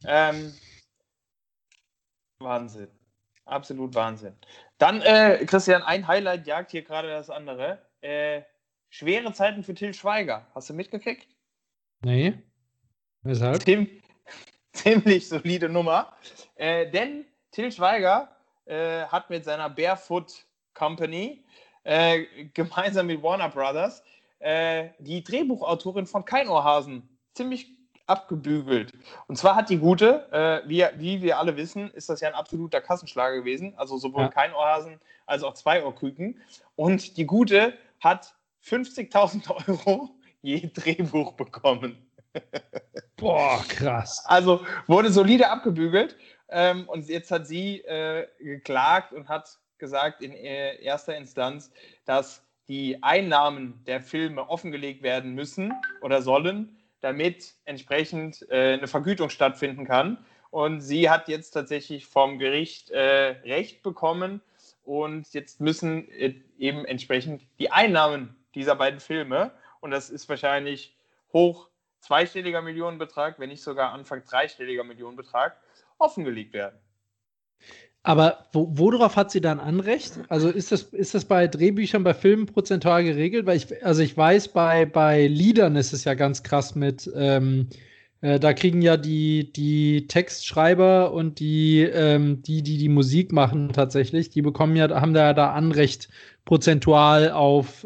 Wahnsinn. Absolut Wahnsinn. Dann, Christian, ein Highlight jagt hier gerade das andere. Schwere Zeiten für Til Schweiger. Hast du mitgekriegt? Nee. Weshalb? Ziemlich solide Nummer. Denn Til Schweiger hat mit seiner Barefoot Company gemeinsam mit Warner Brothers die Drehbuchautorin von Keinohrhasen ziemlich abgebügelt. Und zwar hat die Gute, wie wir alle wissen, ist das ja ein absoluter Kassenschlager gewesen. Also sowohl Keinohrhasen als auch Zweiohrküken. Und die Gute hat 50.000 € je Drehbuch bekommen. Boah, krass. Also wurde solide abgebügelt. Und jetzt hat sie geklagt und hat gesagt in erster Instanz, dass die Einnahmen der Filme offengelegt werden müssen oder sollen, damit entsprechend eine Vergütung stattfinden kann. Und sie hat jetzt tatsächlich vom Gericht Recht bekommen und jetzt müssen eben entsprechend die Einnahmen dieser beiden Filme, und das ist wahrscheinlich hoch zweistelliger Millionenbetrag, wenn nicht sogar Anfang dreistelliger Millionenbetrag, offengelegt werden. Aber worauf hat sie dann Anrecht? Also ist das bei Drehbüchern, bei Filmen prozentual geregelt? Weil ich weiß, bei Liedern ist es ja ganz krass mit, da kriegen ja die Textschreiber und die Musik machen tatsächlich, die bekommen ja, haben da Anrecht prozentual auf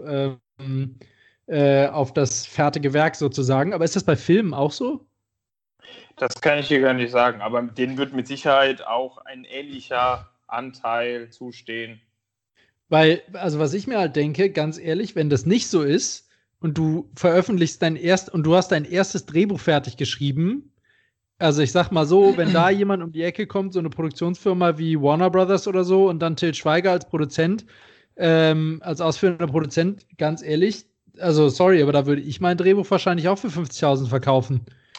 das fertige Werk sozusagen. Aber ist das bei Filmen auch so? Das kann ich hier gar nicht sagen, aber denen wird mit Sicherheit auch ein ähnlicher Anteil zustehen. Weil, also was ich mir halt denke, ganz ehrlich, wenn das nicht so ist und du veröffentlichst du hast dein erstes Drehbuch fertig geschrieben, also ich sag mal so, wenn da jemand um die Ecke kommt, so eine Produktionsfirma wie Warner Brothers oder so und dann Til Schweiger als Produzent, als ausführender Produzent, ganz ehrlich, also sorry, aber da würde ich mein Drehbuch wahrscheinlich auch für 50.000 verkaufen.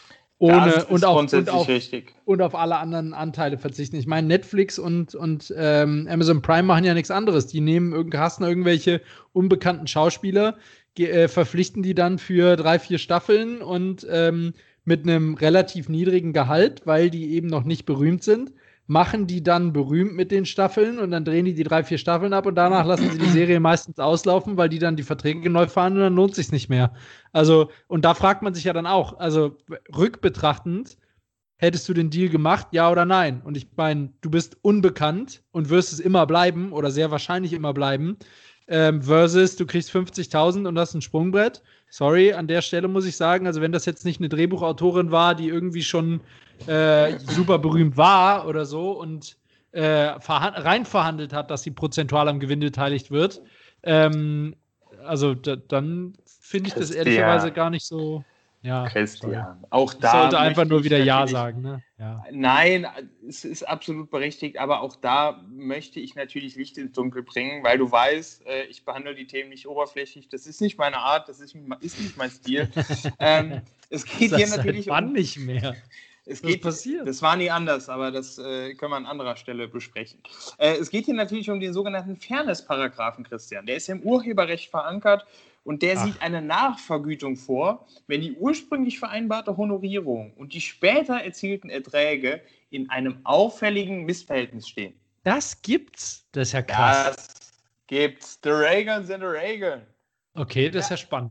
Richtig. Und auf alle anderen Anteile verzichten. Ich meine, Netflix und Amazon Prime machen ja nichts anderes. Die hasten irgendwelche unbekannten Schauspieler, verpflichten die dann für 3-4 Staffeln und mit einem relativ niedrigen Gehalt, weil die eben noch nicht berühmt sind, machen die dann berühmt mit den Staffeln und dann drehen die 3-4 Staffeln ab und danach lassen sie die Serie meistens auslaufen, weil die dann die Verträge neu verhandeln und dann lohnt sich's nicht mehr. Also, und da fragt man sich ja dann auch, also rückbetrachtend, hättest du den Deal gemacht, ja oder nein? Und ich meine, du bist unbekannt und wirst es immer bleiben oder sehr wahrscheinlich immer bleiben, versus du kriegst 50.000 und hast ein Sprungbrett. Sorry, an der Stelle muss ich sagen, also wenn das jetzt nicht eine Drehbuchautorin war, die irgendwie schon super berühmt war oder so und rein verhandelt hat, dass sie prozentual am Gewinn beteiligt wird, also dann finde ich das ehrlicherweise gar nicht so. Ja, Christian, auch ich da sollte einfach nur wieder Ja sagen, ne? Ja. Nein, es ist absolut berechtigt, aber auch da möchte ich natürlich Licht ins Dunkel bringen, weil du weißt, ich behandle die Themen nicht oberflächlich, das ist nicht meine Art, das ist nicht mein Stil. Es geht hier natürlich wann nicht mehr. Das war nie anders, aber das können wir an anderer Stelle besprechen. Es geht hier natürlich um den sogenannten Fairness-Paragraphen, Christian. Der ist im Urheberrecht verankert und der sieht eine Nachvergütung vor, wenn die ursprünglich vereinbarte Honorierung und die später erzielten Erträge in einem auffälligen Missverhältnis stehen. Das gibt's? Das ist ja krass. Das gibt's. The Reagans and the Reagan. Okay, das ist ja spannend.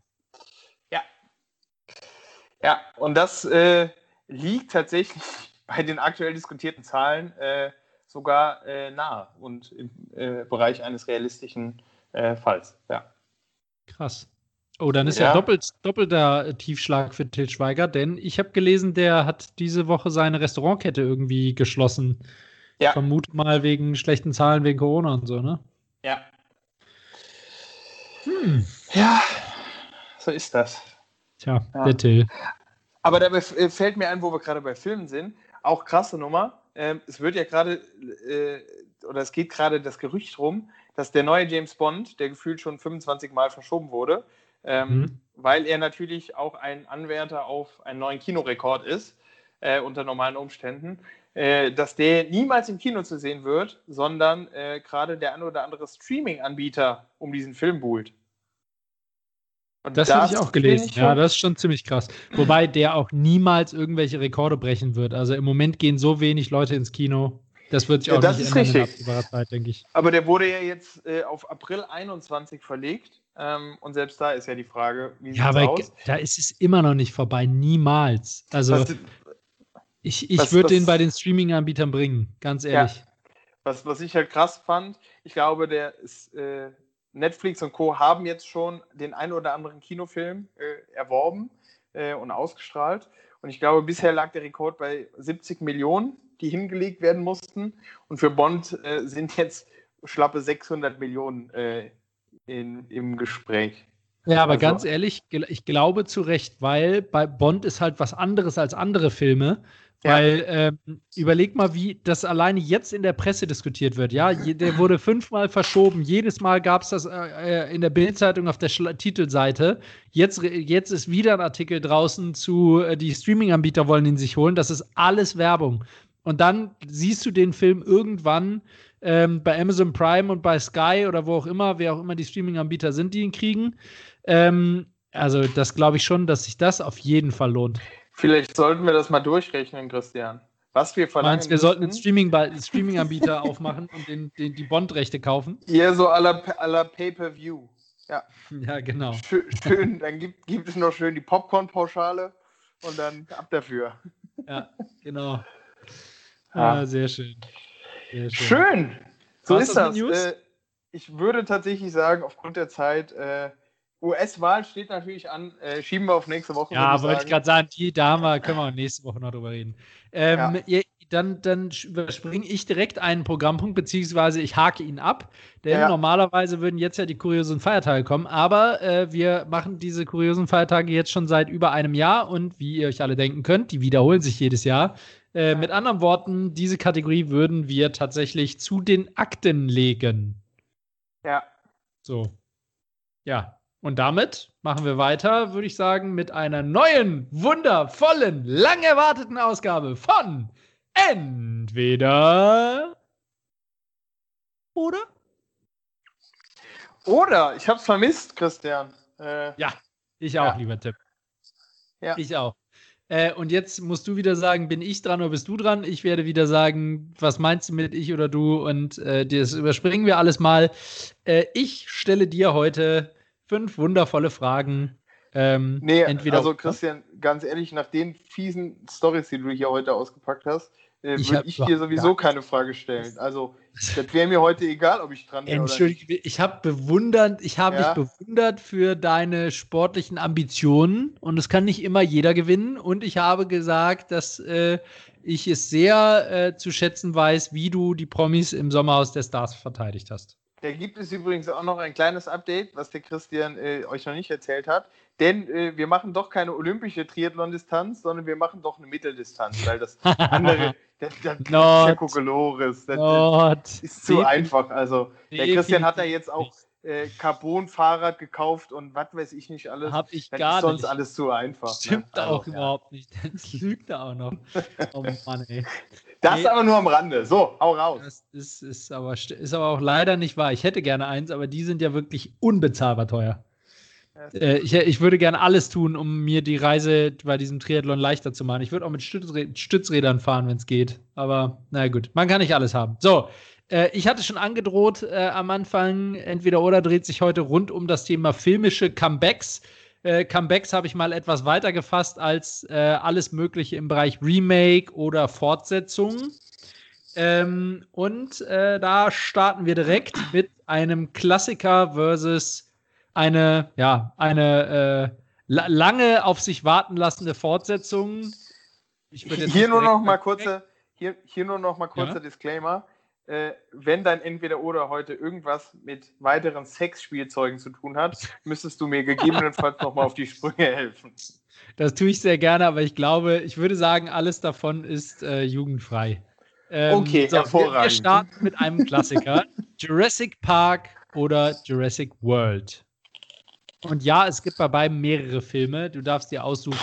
Ja, und das liegt tatsächlich bei den aktuell diskutierten Zahlen sogar nahe und im Bereich eines realistischen Falls. Ja. Krass. Oh, dann ist ja doppelter Tiefschlag für Til Schweiger, denn ich habe gelesen, der hat diese Woche seine Restaurantkette irgendwie geschlossen. Ja. Ich vermute mal wegen schlechten Zahlen, wegen Corona und so, ne? Ja. Ja, so ist das. Tja, der Till. Aber dabei fällt mir ein, wo wir gerade bei Filmen sind, auch krasse Nummer. Es wird ja gerade, oder es geht gerade das Gerücht rum, dass der neue James Bond, der gefühlt schon 25 Mal verschoben wurde, weil er natürlich auch ein Anwärter auf einen neuen Kinorekord ist, unter normalen Umständen, dass der niemals im Kino zu sehen wird, sondern gerade der ein oder andere Streaming-Anbieter um diesen Film buhlt. Und das habe ich auch gelesen. Ja, das ist schon ziemlich krass. Wobei der auch niemals irgendwelche Rekorde brechen wird. Also im Moment gehen so wenig Leute ins Kino. Das wird sich auch nicht ändern in absehbarer Zeit, denke ich. Aber der wurde ja jetzt auf April 21 verlegt. Und selbst da ist ja die Frage, wie sieht es aus? Da ist es immer noch nicht vorbei. Niemals. Also ich würde den bei den Streaming-Anbietern bringen. Ganz ehrlich. Ja. Was ich halt krass fand, ich glaube, der ist Netflix und Co. haben jetzt schon den einen oder anderen Kinofilm erworben und ausgestrahlt. Und ich glaube, bisher lag der Rekord bei 70 Millionen, die hingelegt werden mussten. Und für Bond sind jetzt schlappe 600 Millionen im Gespräch. Ja, aber ganz ehrlich, ich glaube zu Recht, weil bei Bond ist halt was anderes als andere Filme. Weil, überleg mal, wie das alleine jetzt in der Presse diskutiert wird. Ja, der wurde 5-mal verschoben. Jedes Mal gab es das in der Bild-Zeitung auf der Titelseite. Jetzt ist wieder ein Artikel draußen zu, die Streaming-Anbieter wollen ihn sich holen. Das ist alles Werbung. Und dann siehst du den Film irgendwann bei Amazon Prime und bei Sky oder wo auch immer, wer auch immer die Streaming-Anbieter sind, die ihn kriegen. Also, das glaube ich schon, dass sich das auf jeden Fall lohnt. Vielleicht sollten wir das mal durchrechnen, Christian. Was wir verlangen. Meinst du, wir sollten einen Streaming-Anbieter aufmachen und die Bond-Rechte kaufen? Ja, so à la Pay-Per-View. Ja. Ja, genau. Schön, dann gibt es noch schön die Popcorn-Pauschale und dann ab dafür. Ja, genau. Ah, sehr schön. Sehr schön. Schön. So ist das. Ich würde tatsächlich sagen, aufgrund der Zeit, US-Wahl steht natürlich an, schieben wir auf nächste Woche. Ja, wollte ich gerade sagen, können wir nächste Woche noch drüber reden. Dann überspringe ich direkt einen Programmpunkt, beziehungsweise ich hake ihn ab, denn normalerweise würden jetzt ja die kuriosen Feiertage kommen, aber wir machen diese kuriosen Feiertage jetzt schon seit über einem Jahr und wie ihr euch alle denken könnt, die wiederholen sich jedes Jahr. Mit anderen Worten, diese Kategorie würden wir tatsächlich zu den Akten legen. Ja. So. Ja. Und damit machen wir weiter, würde ich sagen, mit einer neuen, wundervollen, lang erwarteten Ausgabe von Entweder oder? Oder, ich hab's vermisst, Christian. Ja, ich auch, lieber Tipp. Ja. Ich auch. Und jetzt musst du wieder sagen, bin ich dran oder bist du dran? Ich werde wieder sagen, was meinst du mit ich oder du? Und das überspringen wir alles mal. Ich stelle dir heute 5 wundervolle Fragen. Entweder also Christian, ganz ehrlich, nach den fiesen Storys, die du hier heute ausgepackt hast, würde ich dir sowieso keine Frage stellen. Also, das wäre mir heute egal, ob ich dran bin oder nicht. Entschuldige, ich habe mich bewundert für deine sportlichen Ambitionen und es kann nicht immer jeder gewinnen. Und ich habe gesagt, dass ich es sehr zu schätzen weiß, wie du die Promis im Sommerhaus der Stars verteidigt hast. Da gibt es übrigens auch noch ein kleines Update, was der Christian euch noch nicht erzählt hat. Denn wir machen doch keine olympische Triathlon-Distanz, sondern wir machen doch eine Mitteldistanz, weil das andere, das ist ja Kokolores. Das ist zu einfach. Also der Christian hat da jetzt auch Carbon-Fahrrad gekauft und was weiß ich nicht alles. Hab ich das gar ist sonst nicht. alles zu einfach. Stimmt auch überhaupt nicht. Das lügt er auch noch. Oh Mann, ey. Das aber nur am Rande. So, hau raus. Das ist aber auch leider nicht wahr. Ich hätte gerne eins, aber die sind ja wirklich unbezahlbar teuer. Ich würde gerne alles tun, um mir die Reise bei diesem Triathlon leichter zu machen. Ich würde auch mit Stützrädern fahren, wenn es geht. Aber na gut, man kann nicht alles haben. So, ich hatte schon angedroht am Anfang, entweder oder dreht sich heute rund um das Thema filmische Comebacks. Comebacks habe ich mal etwas weiter gefasst als alles Mögliche im Bereich Remake oder Fortsetzung. Da starten wir direkt mit einem Klassiker versus eine lange auf sich warten lassende Fortsetzung. Hier nur noch mal kurzer Disclaimer. Wenn dein Entweder-Oder heute irgendwas mit weiteren Sexspielzeugen zu tun hat, müsstest du mir gegebenenfalls noch mal auf die Sprünge helfen. Das tue ich sehr gerne, aber ich würde sagen, alles davon ist jugendfrei. Okay, hervorragend. Wir starten mit einem Klassiker. Jurassic Park oder Jurassic World. Und ja, es gibt bei beiden mehrere Filme. Du darfst dir aussuchen.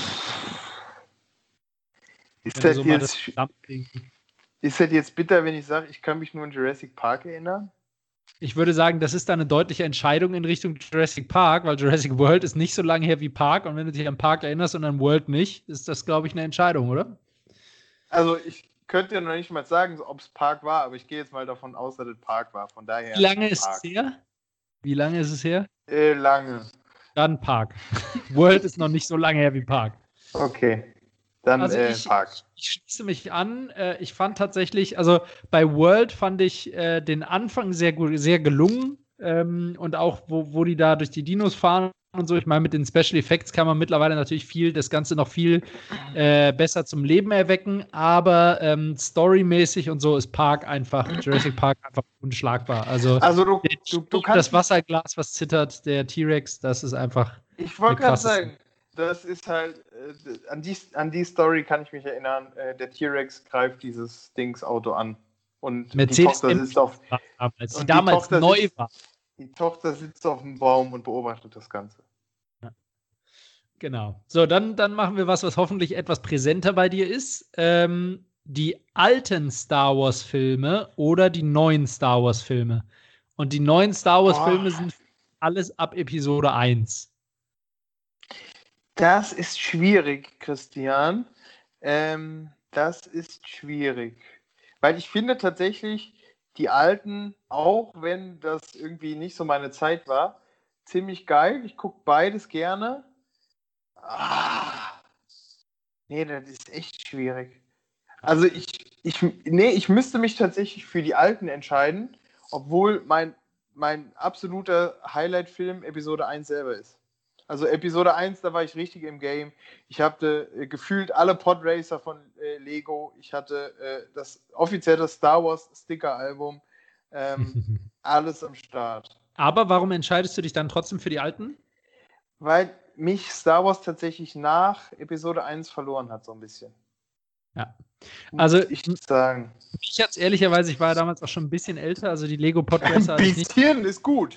Ist das jetzt bitter, wenn ich sage, ich kann mich nur an Jurassic Park erinnern? Ich würde sagen, das ist da eine deutliche Entscheidung in Richtung Jurassic Park, weil Jurassic World ist nicht so lange her wie Park. Und wenn du dich an Park erinnerst und an World nicht, ist das, glaube ich, eine Entscheidung, oder? Also ich könnte ja noch nicht mal sagen, ob es Park war, aber ich gehe jetzt mal davon aus, dass es Park war. Von daher. Wie lange ist es her? Lange. Dann Park. World ist noch nicht so lange her wie Park. Okay. Dann Park. Ich schließe mich an. Ich fand tatsächlich, also bei World fand ich den Anfang sehr gut, sehr gelungen. Und auch, wo die da durch die Dinos fahren und so. Ich meine, mit den Special Effects kann man mittlerweile natürlich das Ganze noch viel besser zum Leben erwecken, aber storymäßig und so ist Jurassic Park einfach unschlagbar. Also du kannst das Wasserglas, was zittert, der T-Rex, das ist einfach. Ich wollte gerade sagen, das ist halt, an die Story kann ich mich erinnern, der T-Rex greift dieses Auto an. Und Mercedes die Tochter sitzt auf. Als die damals neu war. Die Tochter sitzt auf dem Baum und beobachtet das Ganze. Ja. Genau. So, dann machen wir was hoffentlich etwas präsenter bei dir ist. Die alten Star Wars-Filme oder die neuen Star Wars-Filme. Und die neuen Star Wars-Filme sind alles ab Episode 1. Das ist schwierig, Christian. Das ist schwierig. Weil ich finde tatsächlich die alten, auch wenn das irgendwie nicht so meine Zeit war, ziemlich geil. Ich gucke beides gerne. Nee, das ist echt schwierig. Also ich müsste mich tatsächlich für die alten entscheiden, obwohl mein absoluter Highlight-Film Episode 1 selber ist. Also Episode 1, da war ich richtig im Game. Ich hatte gefühlt alle Podracer von Lego. Ich hatte das offizielle Star Wars Sticker-Album. Alles am Start. Aber warum entscheidest du dich dann trotzdem für die alten? Weil mich Star Wars tatsächlich nach Episode 1 verloren hat, so ein bisschen. Ja. Also, muss ich sagen. Ich jetzt ehrlicherweise, ich war ja damals auch schon ein bisschen älter, also die Lego Podracer. Ein bisschen ist gut.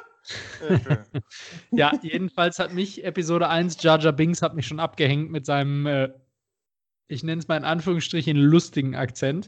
Ja, jedenfalls hat mich Episode 1, Jar Jar Binks, hat mich schon abgehängt mit seinem, ich nenne es mal in Anführungsstrichen, lustigen Akzent.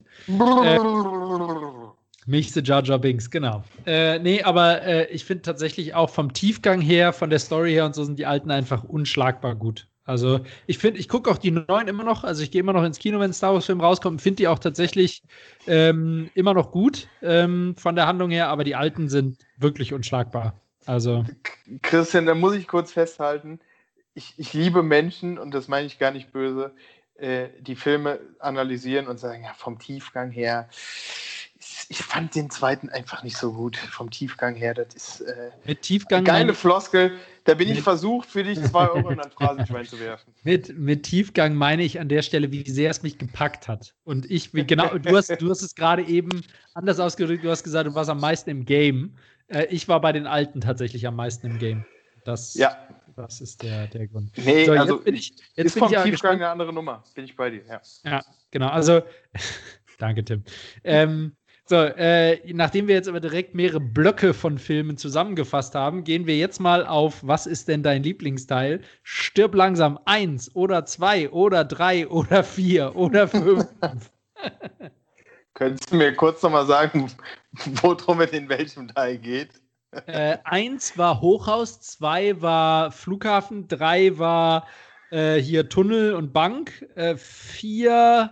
Mich the Jar Jar Binks, genau. Nee, aber ich finde tatsächlich auch vom Tiefgang her, von der Story her und so sind die alten einfach unschlagbar gut. Also ich gucke auch die neuen immer noch, also ich gehe immer noch ins Kino, wenn ein Star Wars Film rauskommt, finde die auch tatsächlich immer noch gut von der Handlung her, aber die alten sind wirklich unschlagbar. Also Christian, da muss ich kurz festhalten, ich liebe Menschen, und das meine ich gar nicht böse, die Filme analysieren und sagen, ja, vom Tiefgang her, ich fand den zweiten einfach nicht so gut. Vom Tiefgang her, das ist mit Tiefgang geile Floskel. Da bin ich versucht, für dich 2 Euro in ein Phrasenschwein zu werfen. Mit Tiefgang meine ich an der Stelle, wie sehr es mich gepackt hat. Und du hast es gerade eben anders ausgedrückt, du hast gesagt, du warst am meisten im Game. Ich war bei den Alten tatsächlich am meisten im Game. Das ist der Grund. Nee, so, also jetzt vom Tiefgang eine andere Nummer. Bin ich bei dir, ja, genau. Also, danke, Tim. Nachdem wir jetzt aber direkt mehrere Blöcke von Filmen zusammengefasst haben, gehen wir jetzt mal auf, was ist denn dein Lieblingsteil? Stirb langsam 1 oder 2 oder 3 oder 4 oder 5. Könntest du mir kurz nochmal sagen, worum es in welchem Teil geht? 1 war Hochhaus, 2 war Flughafen, 3 war hier Tunnel und Bank, 4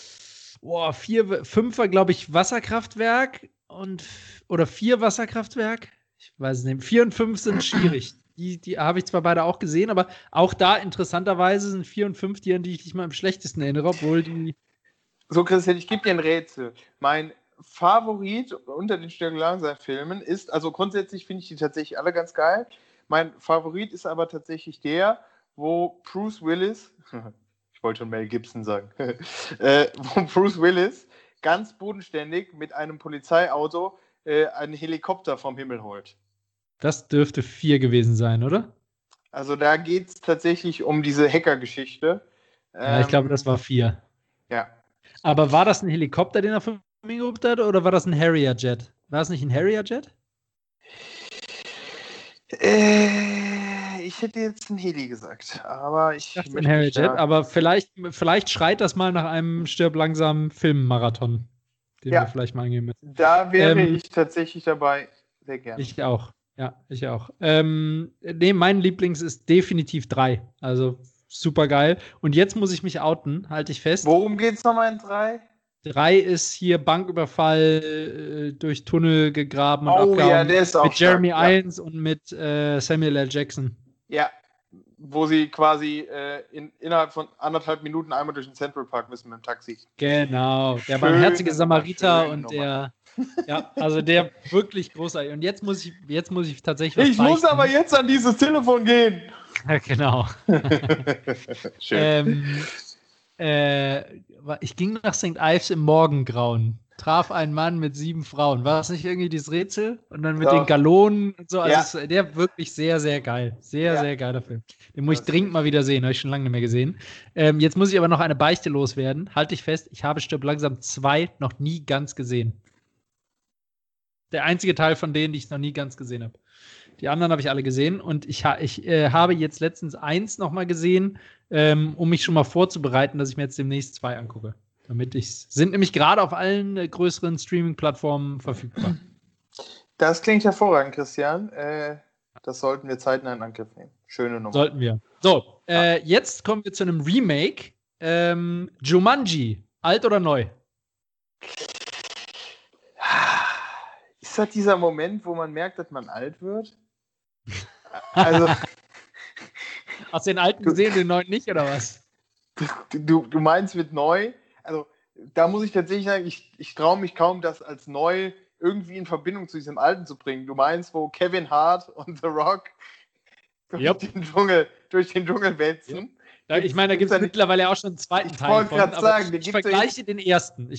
5 war, glaube ich, Wasserkraftwerk oder 4 Wasserkraftwerk. Ich weiß es nicht. 4 und 5 sind schwierig. Die habe ich zwar beide auch gesehen, aber auch da interessanterweise sind 4 und 5 die, an die ich dich mal am schlechtesten erinnere, obwohl die. So, Christian, ich gebe dir ein Rätsel. Mein Favorit unter den Stirb langsam Filmen ist, also grundsätzlich finde ich die tatsächlich alle ganz geil. Mein Favorit ist aber tatsächlich der, wo Bruce Willis, ich wollte schon Mel Gibson sagen, wo Bruce Willis ganz bodenständig mit einem Polizeiauto einen Helikopter vom Himmel holt. Das dürfte 4 gewesen sein, oder? Also da geht es tatsächlich um diese Hacker-Geschichte. Ja, ich glaube, das war 4. Ja. Aber war das ein Helikopter, den er von mir geholt hat, oder war das ein Harrier-Jet? War es nicht ein Harrier-Jet? Ich hätte jetzt ein Heli gesagt, aber ich dachte ein Harrier-Jet, aber vielleicht schreit das mal nach einem Stirb langsam Filmmarathon, den wir vielleicht mal angehen müssen. Da wäre ich tatsächlich dabei, sehr gerne. Ich auch. Ja, ich auch. Mein Lieblings ist definitiv 3. Also super geil. Und jetzt muss ich mich outen, halte ich fest. Worum geht's nochmal in 3? 3 ist hier Banküberfall, durch Tunnel gegraben und abgehauen. Ja, der ist auch mit Jeremy Irons und mit Samuel L. Jackson. Ja, wo sie quasi innerhalb von 1,5 Minuten einmal durch den Central Park müssen mit dem Taxi. Genau, der barmherzige Samariter und der, ja, also der wirklich großartig. Und jetzt muss ich tatsächlich was Ich muss beichten. aber jetzt an dieses Telefon gehen. Ja, genau. Schön. Ich ging nach St. Ives im Morgengrauen, traf einen Mann mit 7 Frauen. War das nicht irgendwie dieses Rätsel? Und dann mit den Gallonen und so. Also der wirklich sehr, sehr geil. Sehr, sehr geiler Film. Den muss ich dringend mal wieder sehen. Habe ich schon lange nicht mehr gesehen. Jetzt muss ich aber noch eine Beichte loswerden. Halte ich fest, ich habe Stirb langsam 2 noch nie ganz gesehen. Der einzige Teil von denen, die ich noch nie ganz gesehen habe. Die anderen habe ich alle gesehen. Und ich habe jetzt letztens 1 noch mal gesehen, um mich schon mal vorzubereiten, dass ich mir jetzt demnächst 2 angucke. Sind nämlich gerade auf allen größeren Streaming-Plattformen verfügbar. Das klingt hervorragend, Christian. Das sollten wir zeitnah in Angriff nehmen. Schöne Nummer. Sollten wir. So, jetzt kommen wir zu einem Remake. Jumanji, alt oder neu? Ist das dieser Moment, wo man merkt, dass man alt wird? Also, hast du den alten gesehen, den neuen nicht, oder was? Du meinst mit neu? Also, da muss ich tatsächlich sagen, ich traue mich kaum, das als neu irgendwie in Verbindung zu diesem alten zu bringen. Du meinst, wo Kevin Hart und The Rock durch den Dschungel wälzen? Ja. Ich meine, da gibt es mittlerweile auch schon einen zweiten Teil. Ich wollte gerade sagen, ich vergleiche den ersten.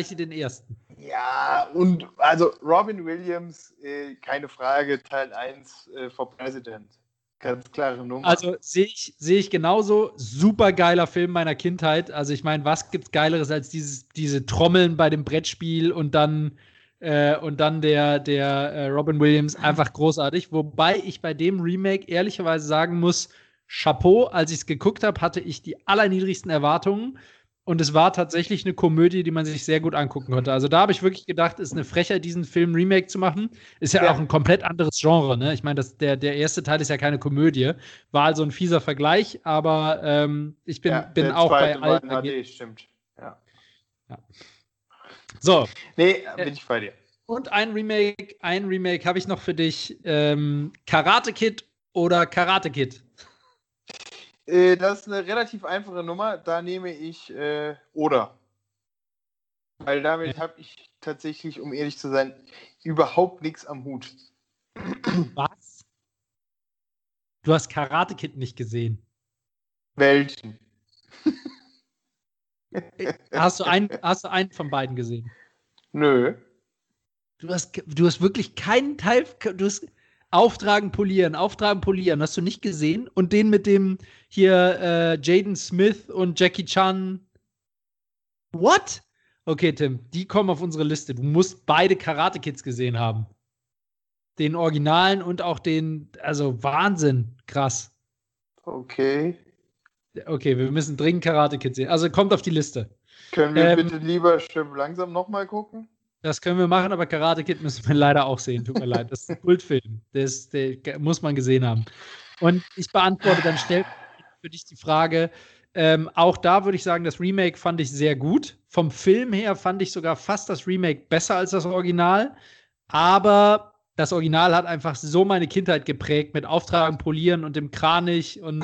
Ja, und also Robin Williams, keine Frage, Teil 1 for President. Ganz klare Nummer. Also sehe ich genauso. Super geiler Film meiner Kindheit. Also ich meine, was gibt's Geileres als diese Trommeln bei dem Brettspiel und dann der Robin Williams, einfach großartig. Wobei ich bei dem Remake ehrlicherweise sagen muss, Chapeau, als ich es geguckt habe, hatte ich die allerniedrigsten Erwartungen. Und es war tatsächlich eine Komödie, die man sich sehr gut angucken konnte. Also da habe ich wirklich gedacht, ist eine Frechheit, diesen Film Remake zu machen. Ist ja auch ein komplett anderes Genre, ne? Ich meine, der erste Teil ist ja keine Komödie. War also ein fieser Vergleich, aber ich bin auch bei alten. HD, stimmt. Ja. So. Nee, bin ich bei dir. Und ein Remake habe ich noch für dich. Karate Kid oder Karate Kid? Das ist eine relativ einfache Nummer. Da nehme ich oder. Weil damit habe ich tatsächlich, um ehrlich zu sein, überhaupt nichts am Hut. Was? Du hast Karate Kid nicht gesehen? Welchen? Hast du einen von beiden gesehen? Nö. Du hast wirklich keinen Teil. Du hast Auftragen, polieren. Hast du nicht gesehen? Und den mit dem hier Jaden Smith und Jackie Chan. What? Okay, Tim, die kommen auf unsere Liste. Du musst beide Karate Kids gesehen haben. Den Originalen und auch den, also Wahnsinn, krass. Okay, wir müssen dringend Karate Kids sehen. Also kommt auf die Liste. Können wir bitte lieber Stirb langsam nochmal gucken? Das können wir machen, aber Karate Kid müssen wir leider auch sehen. Tut mir leid. Das ist ein Kultfilm. Der muss man gesehen haben. Und ich beantworte dann schnell für dich die Frage. Auch da würde ich sagen, das Remake fand ich sehr gut. Vom Film her fand ich sogar fast das Remake besser als das Original. Aber das Original hat einfach so meine Kindheit geprägt mit Auftragen, Polieren und dem Kranich und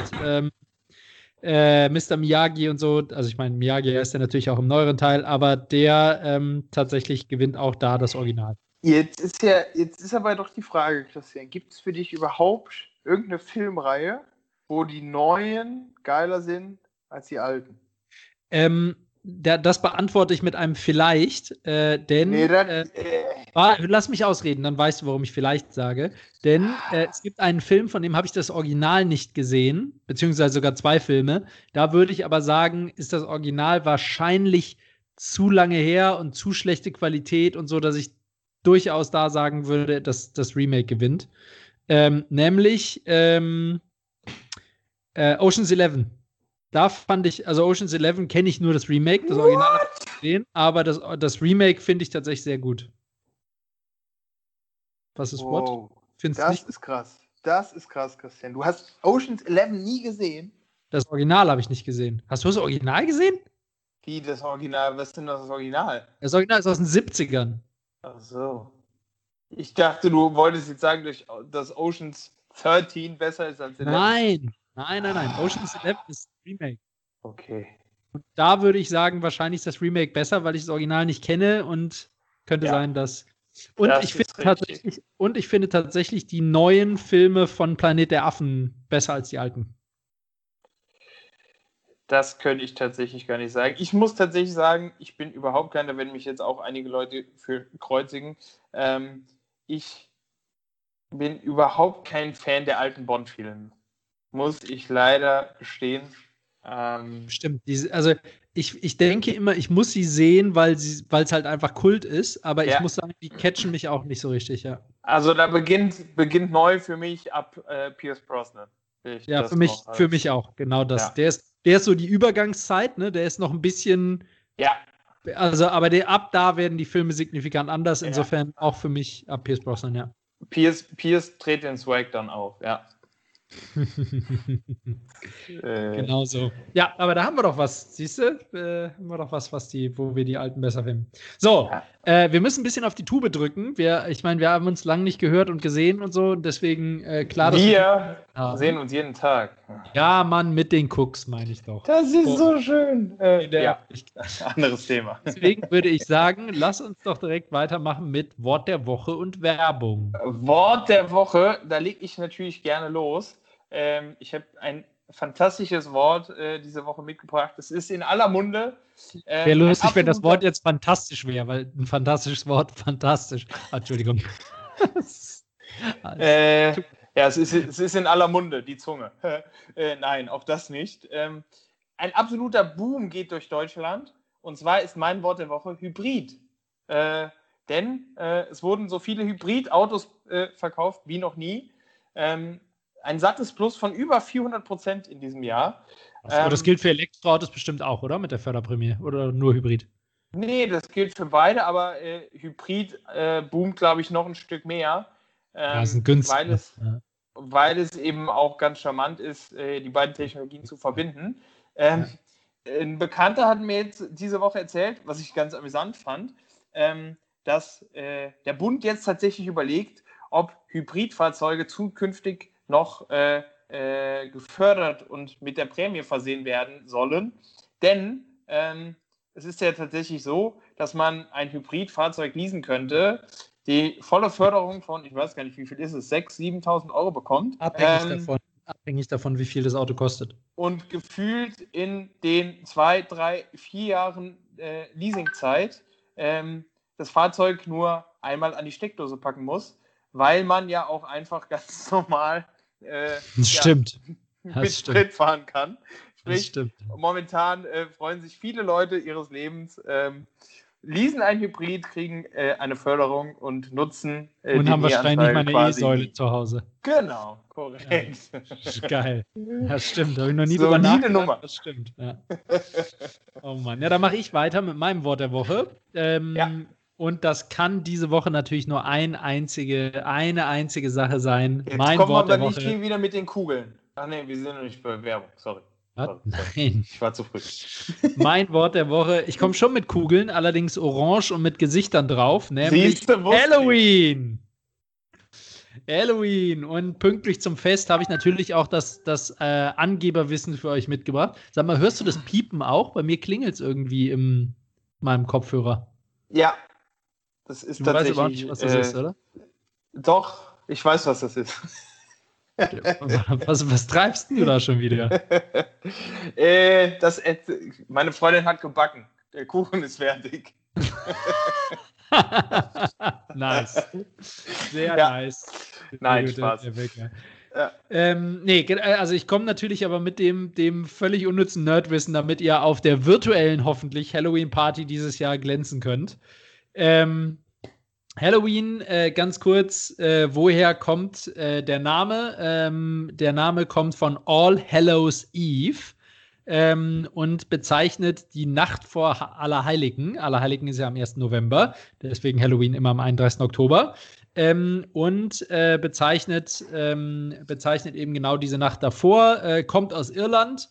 Mr. Miyagi und so. Also ich meine, Miyagi ist ja natürlich auch im neueren Teil, aber der tatsächlich gewinnt auch da das Original. Jetzt ist aber doch die Frage, Christian, gibt es für dich überhaupt irgendeine Filmreihe, wo die neuen geiler sind als die alten? Das beantworte ich mit einem vielleicht, denn lass mich ausreden, dann weißt du, warum ich vielleicht sage. Denn es gibt einen Film, von dem habe ich das Original nicht gesehen, beziehungsweise sogar 2 Filme. Da würde ich aber sagen, ist das Original wahrscheinlich zu lange her und zu schlechte Qualität und so, dass ich durchaus da sagen würde, dass das Remake gewinnt. Nämlich Ocean's 11. Da fand ich, also Ocean's 11 kenne ich nur das Remake, das Original habe ich gesehen, aber das Remake finde ich tatsächlich sehr gut. Was ist what? Das ist krass. Das ist krass, Christian. Du hast Ocean's 11 nie gesehen? Das Original habe ich nicht gesehen. Hast du das Original gesehen? Wie das Original? Was ist denn das Original? Das Original ist aus den 70ern. Ach so. Ich dachte, du wolltest jetzt sagen, dass Ocean's 13 besser ist als 11. Nein. Nein. Ocean's 11 ist Remake. Okay. Und da würde ich sagen, wahrscheinlich ist das Remake besser, weil ich das Original nicht kenne und könnte sein, dass. Und Das ich ist finde tatsächlich die neuen Filme von Planet der Affen besser als die alten. Das könnte ich tatsächlich gar nicht sagen. Ich muss tatsächlich sagen, ich bin überhaupt keiner, wenn mich jetzt auch einige Leute für kreuzigen. Ich bin überhaupt kein Fan der alten Bond-Filme. Muss ich leider gestehen. Stimmt. Also ich denke immer, ich muss sie sehen, weil es halt einfach Kult ist, aber ich muss sagen, die catchen mich auch nicht so richtig, ja. Also da beginnt neu für mich ab Pierce Brosnan. Ja, für mich auch, genau das. Ja. Der ist so die Übergangszeit, ne? Der ist noch ein bisschen. Ja. Also, aber ab da werden die Filme signifikant anders. Insofern auch für mich ab Pierce Brosnan, ja. Pierce dreht den Swag dann auf, ja. Genau so. Ja, aber da haben wir doch was, siehst du? Haben wir doch was, wo wir die Alten besser finden. So, wir müssen ein bisschen auf die Tube drücken. Ich meine, wir haben uns lange nicht gehört und gesehen und so, deswegen klar, dass wir sehen uns jeden Tag. Ja, Mann, mit den Cooks, meine ich doch. Das ist so schön. Anderes Thema. Deswegen würde ich sagen, lass uns doch direkt weitermachen mit Wort der Woche und Werbung. Wort der Woche, da lege ich natürlich gerne los. Ich habe ein fantastisches Wort diese Woche mitgebracht. Es ist in aller Munde. Wäre lustig, wenn das Wort jetzt fantastisch wäre, weil ein fantastisches Wort, fantastisch. Entschuldigung. Es ist in aller Munde, die Zunge. Nein, auch das nicht. Ein absoluter Boom geht durch Deutschland. Und zwar ist mein Wort der Woche Hybrid. Denn es wurden so viele Hybridautos verkauft wie noch nie. Ein sattes Plus von über 400% in diesem Jahr. Aber das gilt für Elektroautos bestimmt auch, oder? Mit der Förderprämie? Oder nur Hybrid? Nee, das gilt für beide, aber Hybrid boomt, glaube ich, noch ein Stück mehr. Sind günstig. Weil es eben auch ganz charmant ist, die beiden Technologien zu verbinden. Ein Bekannter hat mir jetzt diese Woche erzählt, was ich ganz amüsant fand, dass der Bund jetzt tatsächlich überlegt, ob Hybridfahrzeuge zukünftig noch gefördert und mit der Prämie versehen werden sollen. Denn es ist ja tatsächlich so, dass man ein Hybridfahrzeug leasen könnte, die volle Förderung von, ich weiß gar nicht, wie viel ist es, 6.000, 7.000 Euro bekommt. Abhängig davon, wie viel das Auto kostet. Und gefühlt in den 2, 3, 4 Jahren Leasingzeit das Fahrzeug nur einmal an die Steckdose packen muss, weil man ja auch einfach ganz normal mit Sprit fahren kann. Sprich, momentan freuen sich viele Leute ihres Lebens, leasen ein Hybrid, kriegen eine Förderung und nutzen und haben wahrscheinlich mal eine E-Säule zu Hause. Genau, korrekt. Ja, geil. Das stimmt, da habe ich noch nie drüber nachgedacht. Nummer. Das stimmt, ja. Oh Mann, ja, da mache ich weiter mit meinem Wort der Woche. Und das kann diese Woche natürlich nur eine einzige Sache sein. Jetzt mein Wort der Woche. Nicht hier wieder mit den Kugeln. Ach nee, wir sind noch nicht bei Werbung, sorry. Nein. Ich war zu früh. Mein Wort der Woche, ich komme schon mit Kugeln, allerdings orange und mit Gesichtern drauf, nämlich Halloween. Halloween. Und pünktlich zum Fest habe ich natürlich auch das Angeberwissen für euch mitgebracht. Sag mal, hörst du das Piepen auch? Bei mir klingelt es irgendwie in meinem Kopfhörer. Ja, das ist tatsächlich... Du weißt überhaupt nicht, was das ist, oder? Doch, ich weiß, was das ist. Was treibst du da schon wieder? Meine Freundin hat gebacken. Der Kuchen ist fertig. Nice. Sehr nice. Nein, Spaß. Also ich komme natürlich aber mit dem völlig unnützen Nerdwissen, damit ihr auf der virtuellen, hoffentlich, Halloween-Party dieses Jahr glänzen könnt. Halloween, ganz kurz, woher kommt der Name? Der Name kommt von All Hallows Eve und bezeichnet die Nacht vor Allerheiligen. Allerheiligen ist ja am 1. November, deswegen Halloween immer am 31. Oktober. Und bezeichnet eben genau diese Nacht davor, kommt aus Irland.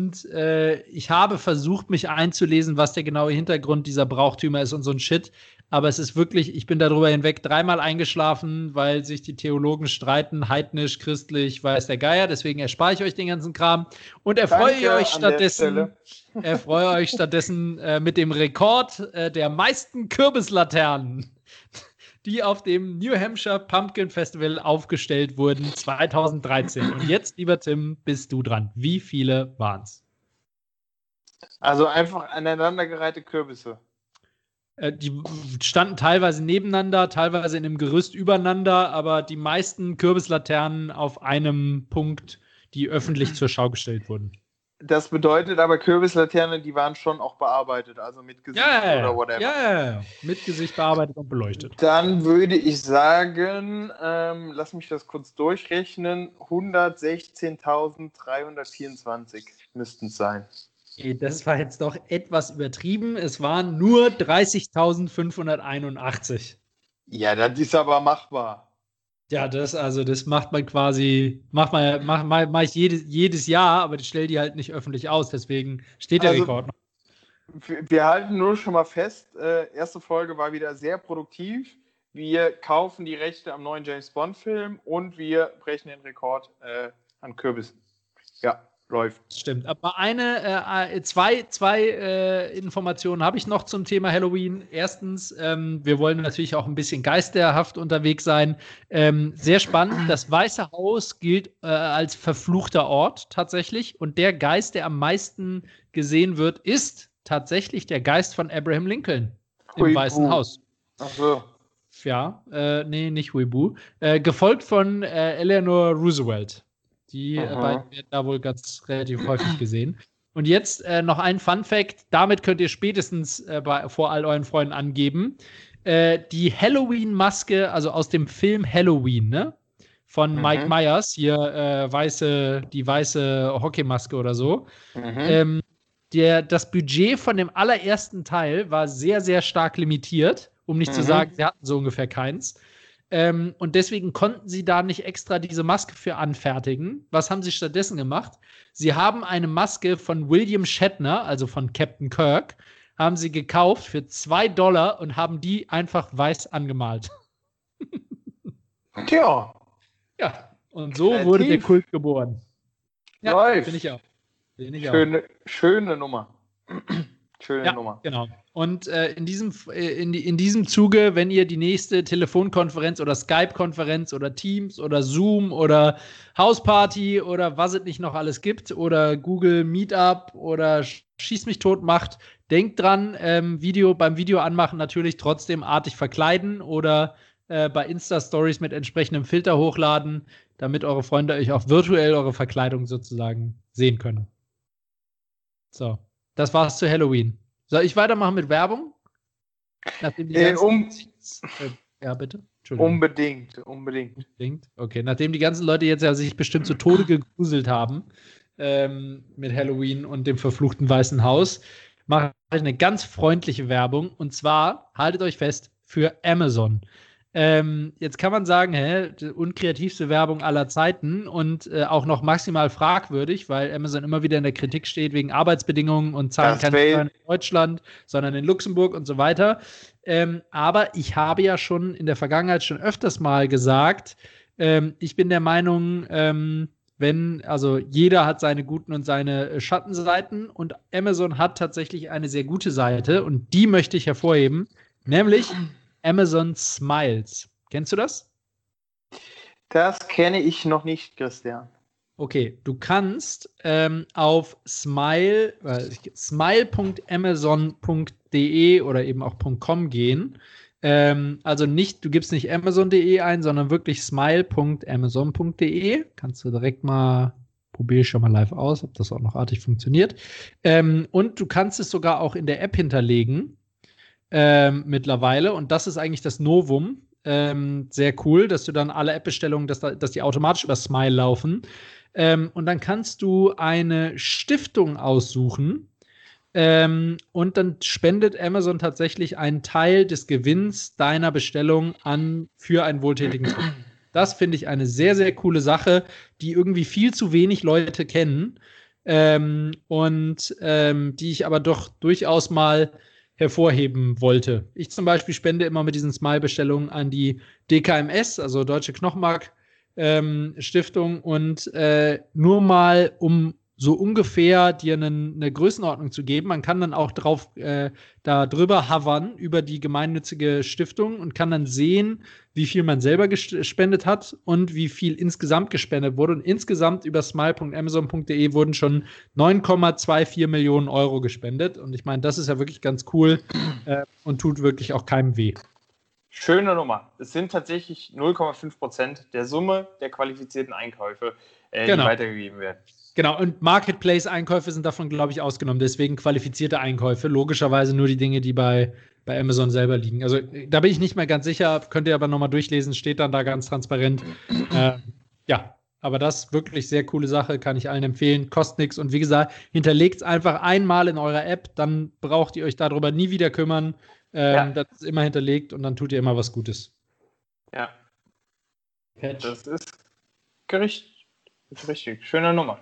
Ich habe versucht, mich einzulesen, was der genaue Hintergrund dieser Brauchtümer ist und so ein Shit. aber es ist wirklich, ich bin darüber hinweg 3-mal eingeschlafen, weil sich die Theologen streiten, heidnisch, christlich, weiß der Geier, deswegen erspare ich euch den ganzen Kram und erfreue euch stattdessen mit dem Rekord der meisten Kürbislaternen, die auf dem New Hampshire Pumpkin Festival aufgestellt wurden 2013. Und jetzt, lieber Tim, bist du dran. Wie viele waren es? Also einfach aneinandergereihte Kürbisse. Die standen teilweise nebeneinander, teilweise in einem Gerüst übereinander, aber die meisten Kürbislaternen auf einem Punkt, die öffentlich zur Schau gestellt wurden. Das bedeutet aber, Kürbislaternen, die waren schon auch bearbeitet, also mit Gesicht oder whatever. Ja, mit Gesicht bearbeitet und beleuchtet. Dann würde ich sagen, lass mich das kurz durchrechnen, 116.324 müssten es sein. Das war jetzt doch etwas übertrieben. Es waren nur 30.581. Ja, das ist aber machbar. Ja, das macht man quasi, mach ich jedes Jahr, aber ich stelle die halt nicht öffentlich aus, deswegen steht der Rekord noch. Wir halten nur schon mal fest, erste Folge war wieder sehr produktiv. Wir kaufen die Rechte am neuen James-Bond-Film und wir brechen den Rekord an Kürbissen. Ja. Läuft. Stimmt. Aber zwei Informationen habe ich noch zum Thema Halloween. Erstens, wir wollen natürlich auch ein bisschen geisterhaft unterwegs sein. Sehr spannend. Das Weiße Haus gilt als verfluchter Ort tatsächlich. Und der Geist, der am meisten gesehen wird, ist tatsächlich der Geist von Abraham Lincoln im Weißen Haus. Ach so. Ja, nee, nicht Huibu. Gefolgt von Eleanor Roosevelt. Die beiden werden da wohl relativ häufig gesehen. Und jetzt noch ein Fun-Fact. Damit könnt ihr spätestens vor all euren Freunden angeben. Die Halloween-Maske, also aus dem Film Halloween, ne? Von Mike Myers, hier die weiße Hockeymaske oder so. Das Budget von dem allerersten Teil war sehr, sehr stark limitiert, um nicht zu sagen, sie hatten so ungefähr keins. Und deswegen konnten sie da nicht extra diese Maske für anfertigen. Was haben sie stattdessen gemacht? Sie haben eine Maske von William Shatner, also von Captain Kirk, haben sie gekauft für $2 und haben die einfach weiß angemalt. Tja. Ja, und so wurde der Kult geboren. Ja, finde ich auch. Schöne Nummer. Schöne Nummer. Genau. Und in diesem Zuge, wenn ihr die nächste Telefonkonferenz oder Skype-Konferenz oder Teams oder Zoom oder Hausparty oder was es nicht noch alles gibt oder Google Meetup oder Schieß mich tot macht, denkt dran, beim Video anmachen natürlich trotzdem artig verkleiden oder bei Insta-Stories mit entsprechendem Filter hochladen, damit eure Freunde euch auch virtuell eure Verkleidung sozusagen sehen können. So. Das war's zu Halloween. Soll ich weitermachen mit Werbung? Nachdem die ja, bitte? Unbedingt. Okay, nachdem die ganzen Leute jetzt ja sich bestimmt zu Tode gegruselt haben mit Halloween und dem verfluchten Weißen Haus, mache ich eine ganz freundliche Werbung. Und zwar, haltet euch fest, für Amazon. Jetzt kann man sagen, die unkreativste Werbung aller Zeiten und auch noch maximal fragwürdig, weil Amazon immer wieder in der Kritik steht wegen Arbeitsbedingungen und zahlen keine Steuern in Deutschland, sondern in Luxemburg und so weiter. Aber ich habe ja schon in der Vergangenheit schon öfters mal gesagt, ich bin der Meinung, jeder hat seine guten und seine Schattenseiten und Amazon hat tatsächlich eine sehr gute Seite und die möchte ich hervorheben, nämlich Amazon Smiles. Kennst du das? Das kenne ich noch nicht, Christian. Okay, du kannst auf smile.amazon.de oder eben auch .com gehen. Also du gibst nicht amazon.de ein, sondern wirklich smile.amazon.de. Kannst du direkt mal, probiere ich schon mal live aus, ob das auch noch artig funktioniert. Und du kannst es sogar auch in der App hinterlegen. Mittlerweile. Und das ist eigentlich das Novum. Sehr cool, dass du dann alle App-Bestellungen, dass die automatisch über Smile laufen. Und dann kannst du eine Stiftung aussuchen. Und dann spendet Amazon tatsächlich einen Teil des Gewinns deiner Bestellung für einen wohltätigen Zweck. Das finde ich eine sehr, sehr coole Sache, die irgendwie viel zu wenig Leute kennen. Die ich aber doch durchaus mal hervorheben wollte. Ich zum Beispiel spende immer mit diesen Smile-Bestellungen an die DKMS, also Deutsche Knochenmark Stiftung, und nur mal, um so ungefähr dir eine Größenordnung zu geben. Man kann dann auch da drüber hovern über die gemeinnützige Stiftung und kann dann sehen, wie viel man selber gespendet hat und wie viel insgesamt gespendet wurde. Und insgesamt über smile.amazon.de wurden schon 9,24 Millionen Euro gespendet. Und ich meine, das ist ja wirklich ganz cool und tut wirklich auch keinem weh. Schöne Nummer. Es sind tatsächlich 0,5% der Summe der qualifizierten Einkäufe, die weitergegeben werden. Genau, und Marketplace-Einkäufe sind davon, glaube ich, ausgenommen. Deswegen qualifizierte Einkäufe. Logischerweise nur die Dinge, die bei Amazon selber liegen. Also da bin ich nicht mehr ganz sicher. Könnt ihr aber nochmal durchlesen. Steht dann da ganz transparent. Ja, aber das ist wirklich sehr coole Sache. Kann ich allen empfehlen. Kostet nichts. Und wie gesagt, hinterlegt es einfach einmal in eurer App. Dann braucht ihr euch darüber nie wieder kümmern. Das ist immer hinterlegt und dann tut ihr immer was Gutes. Ja. Das ist richtig. Schöne Nummer.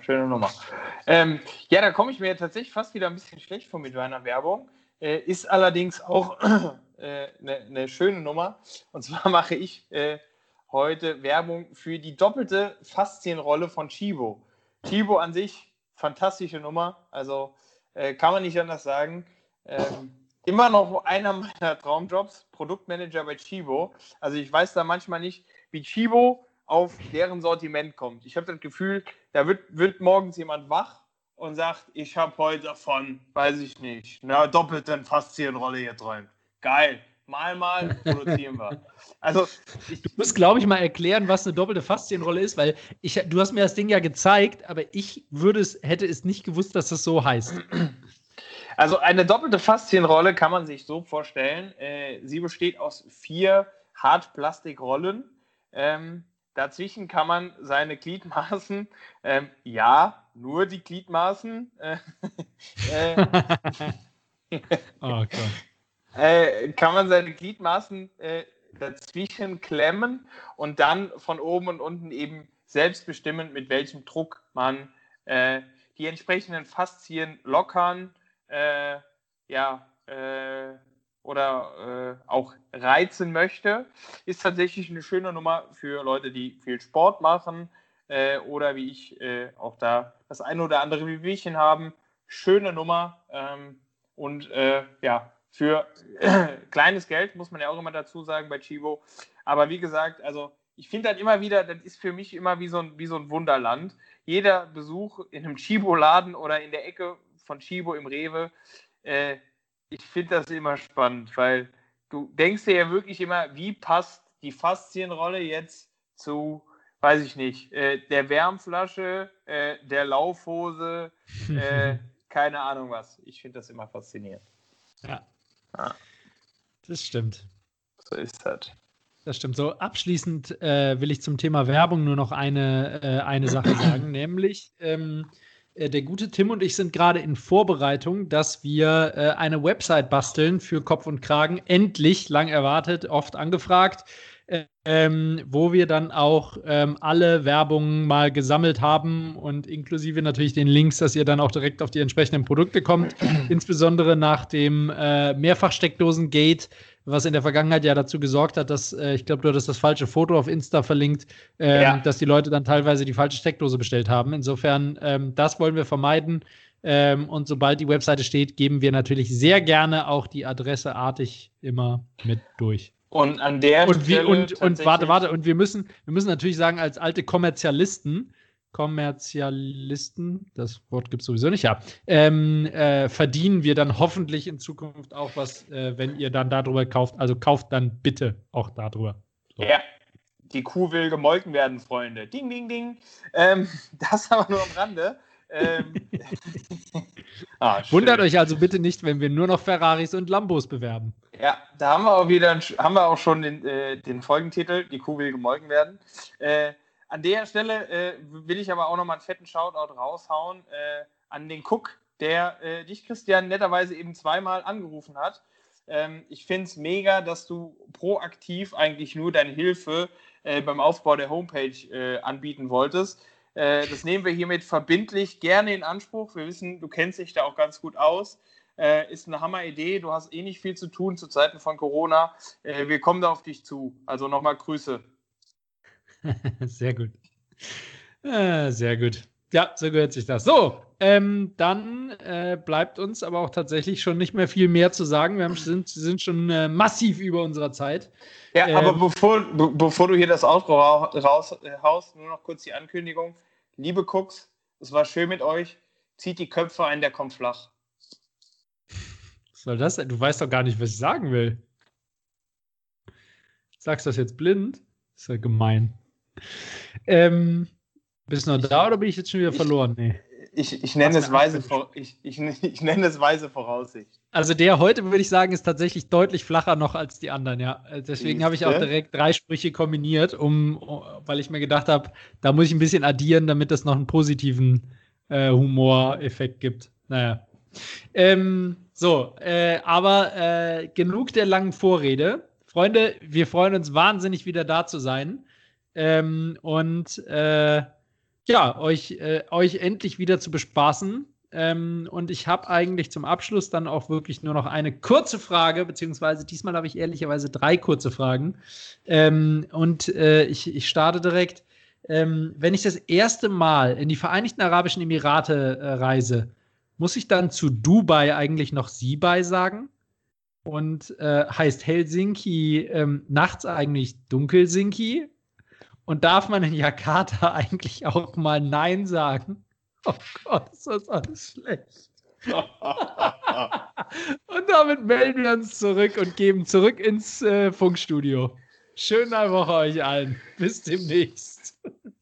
Ja, da komme ich mir tatsächlich fast wieder ein bisschen schlecht vor mit meiner Werbung. Ist allerdings auch eine schöne Nummer. Und zwar mache ich heute Werbung für die doppelte Faszienrolle von Chibo. Chibo an sich, fantastische Nummer. Also kann man nicht anders sagen. Immer noch einer meiner Traumjobs, Produktmanager bei Chibo. Also ich weiß da manchmal nicht, wie Chibo auf deren Sortiment kommt. Ich habe das Gefühl, da wird morgens jemand wach und sagt, ich habe heute von, weiß ich nicht, einer doppelten Faszienrolle geträumt. Geil, mal produzieren wir. Also du musst, glaube ich, mal erklären, was eine doppelte Faszienrolle ist, weil du hast mir das Ding ja gezeigt, aber ich hätte es nicht gewusst, dass das so heißt. Also eine doppelte Faszienrolle kann man sich so vorstellen. Sie besteht aus 4 Hartplastikrollen. Dazwischen kann man seine Gliedmaßen, nur die Gliedmaßen, oh Gott. Kann man seine Gliedmaßen dazwischen klemmen und dann von oben und unten eben selbst bestimmen, mit welchem Druck man die entsprechenden Faszien lockern, oder auch reizen möchte, ist tatsächlich eine schöne Nummer für Leute, die viel Sport machen oder wie ich auch da das eine oder andere Wehwehchen haben. Schöne Nummer für kleines Geld, muss man ja auch immer dazu sagen bei Chibo. Aber wie gesagt, also ich finde halt immer wieder, das ist für mich immer wie so ein Wunderland. Jeder Besuch in einem Chibo-Laden oder in der Ecke von Chibo im Rewe, ich finde das immer spannend, weil du denkst dir ja wirklich immer, wie passt die Faszienrolle jetzt zu, weiß ich nicht, der Wärmflasche, der Laufhose, keine Ahnung was. Ich finde das immer faszinierend. Ja. Das stimmt. So ist das. Das stimmt. So, abschließend will ich zum Thema Werbung nur noch eine Sache sagen, nämlich der gute Tim und ich sind gerade in Vorbereitung, dass wir eine Website basteln für Kopf und Kragen. Endlich, lang erwartet, oft angefragt, wo wir dann auch alle Werbungen mal gesammelt haben und inklusive natürlich den Links, dass ihr dann auch direkt auf die entsprechenden Produkte kommt. Insbesondere nach dem Mehrfachsteckdosen-Gate, was in der Vergangenheit ja dazu gesorgt hat, dass, ich glaube, du hattest das falsche Foto auf Insta verlinkt, dass die Leute dann teilweise die falsche Steckdose bestellt haben. Insofern, das wollen wir vermeiden. Und sobald die Webseite steht, geben wir natürlich sehr gerne auch die Adresse artig immer mit durch. Und an der Stelle und warte, und wir müssen natürlich sagen, als alte Kommerzialisten, das Wort gibt es sowieso nicht, ja, verdienen wir dann hoffentlich in Zukunft auch was, wenn ihr dann darüber kauft. Also kauft dann bitte auch darüber. So. Ja, die Kuh will gemolken werden, Freunde. Ding, ding, ding. Das aber nur am Rande. Wundert euch also bitte nicht, wenn wir nur noch Ferraris und Lambos bewerben. Ja, da haben wir auch schon den Folgentitel, die Kuh will gemolken werden. An der Stelle will ich aber auch nochmal einen fetten Shoutout raushauen an den Cook, der dich, Christian, netterweise eben 2-mal angerufen hat. Ich finde es mega, dass du proaktiv eigentlich nur deine Hilfe beim Aufbau der Homepage anbieten wolltest. Das nehmen wir hiermit verbindlich gerne in Anspruch. Wir wissen, du kennst dich da auch ganz gut aus. Ist eine Hammer-Idee. Du hast eh nicht viel zu tun zu Zeiten von Corona. Wir kommen da auf dich zu. Also nochmal Grüße. Sehr gut. Sehr gut. Ja, so gehört sich das. So, dann bleibt uns aber auch tatsächlich schon nicht mehr viel mehr zu sagen. Wir sind schon massiv über unserer Zeit. Ja, aber bevor du hier das Outro raushaust, nur noch kurz die Ankündigung. Liebe Cooks, es war schön mit euch. Zieht die Köpfe ein, der kommt flach. Was soll das denn? Du weißt doch gar nicht, was ich sagen will. Sagst du das jetzt blind? Ist ja gemein. Bist du noch da oder bin ich jetzt schon wieder verloren? Nee. Ich nenne es weise Voraussicht. Also der heute, würde ich sagen, ist tatsächlich deutlich flacher noch als die anderen, ja. Deswegen habe ich auch direkt 3 Sprüche kombiniert, weil ich mir gedacht habe, da muss ich ein bisschen addieren, damit das noch einen positiven Humoreffekt gibt. Naja. Aber genug der langen Vorrede. Freunde, wir freuen uns wahnsinnig, wieder da zu sein. Euch endlich wieder zu bespaßen. Und ich habe eigentlich zum Abschluss dann auch wirklich nur noch eine kurze Frage, beziehungsweise diesmal habe ich ehrlicherweise 3 kurze Fragen. Ich starte direkt. Wenn ich das erste Mal in die Vereinigten Arabischen Emirate reise, muss ich dann zu Dubai eigentlich noch Sibai sagen? Und heißt Helsinki nachts eigentlich Dunkelsinki? Und darf man in Jakarta eigentlich auch mal Nein sagen? Oh Gott, ist das alles schlecht. Und damit melden wir uns zurück und geben zurück ins Funkstudio. Schöne Woche euch allen. Bis demnächst.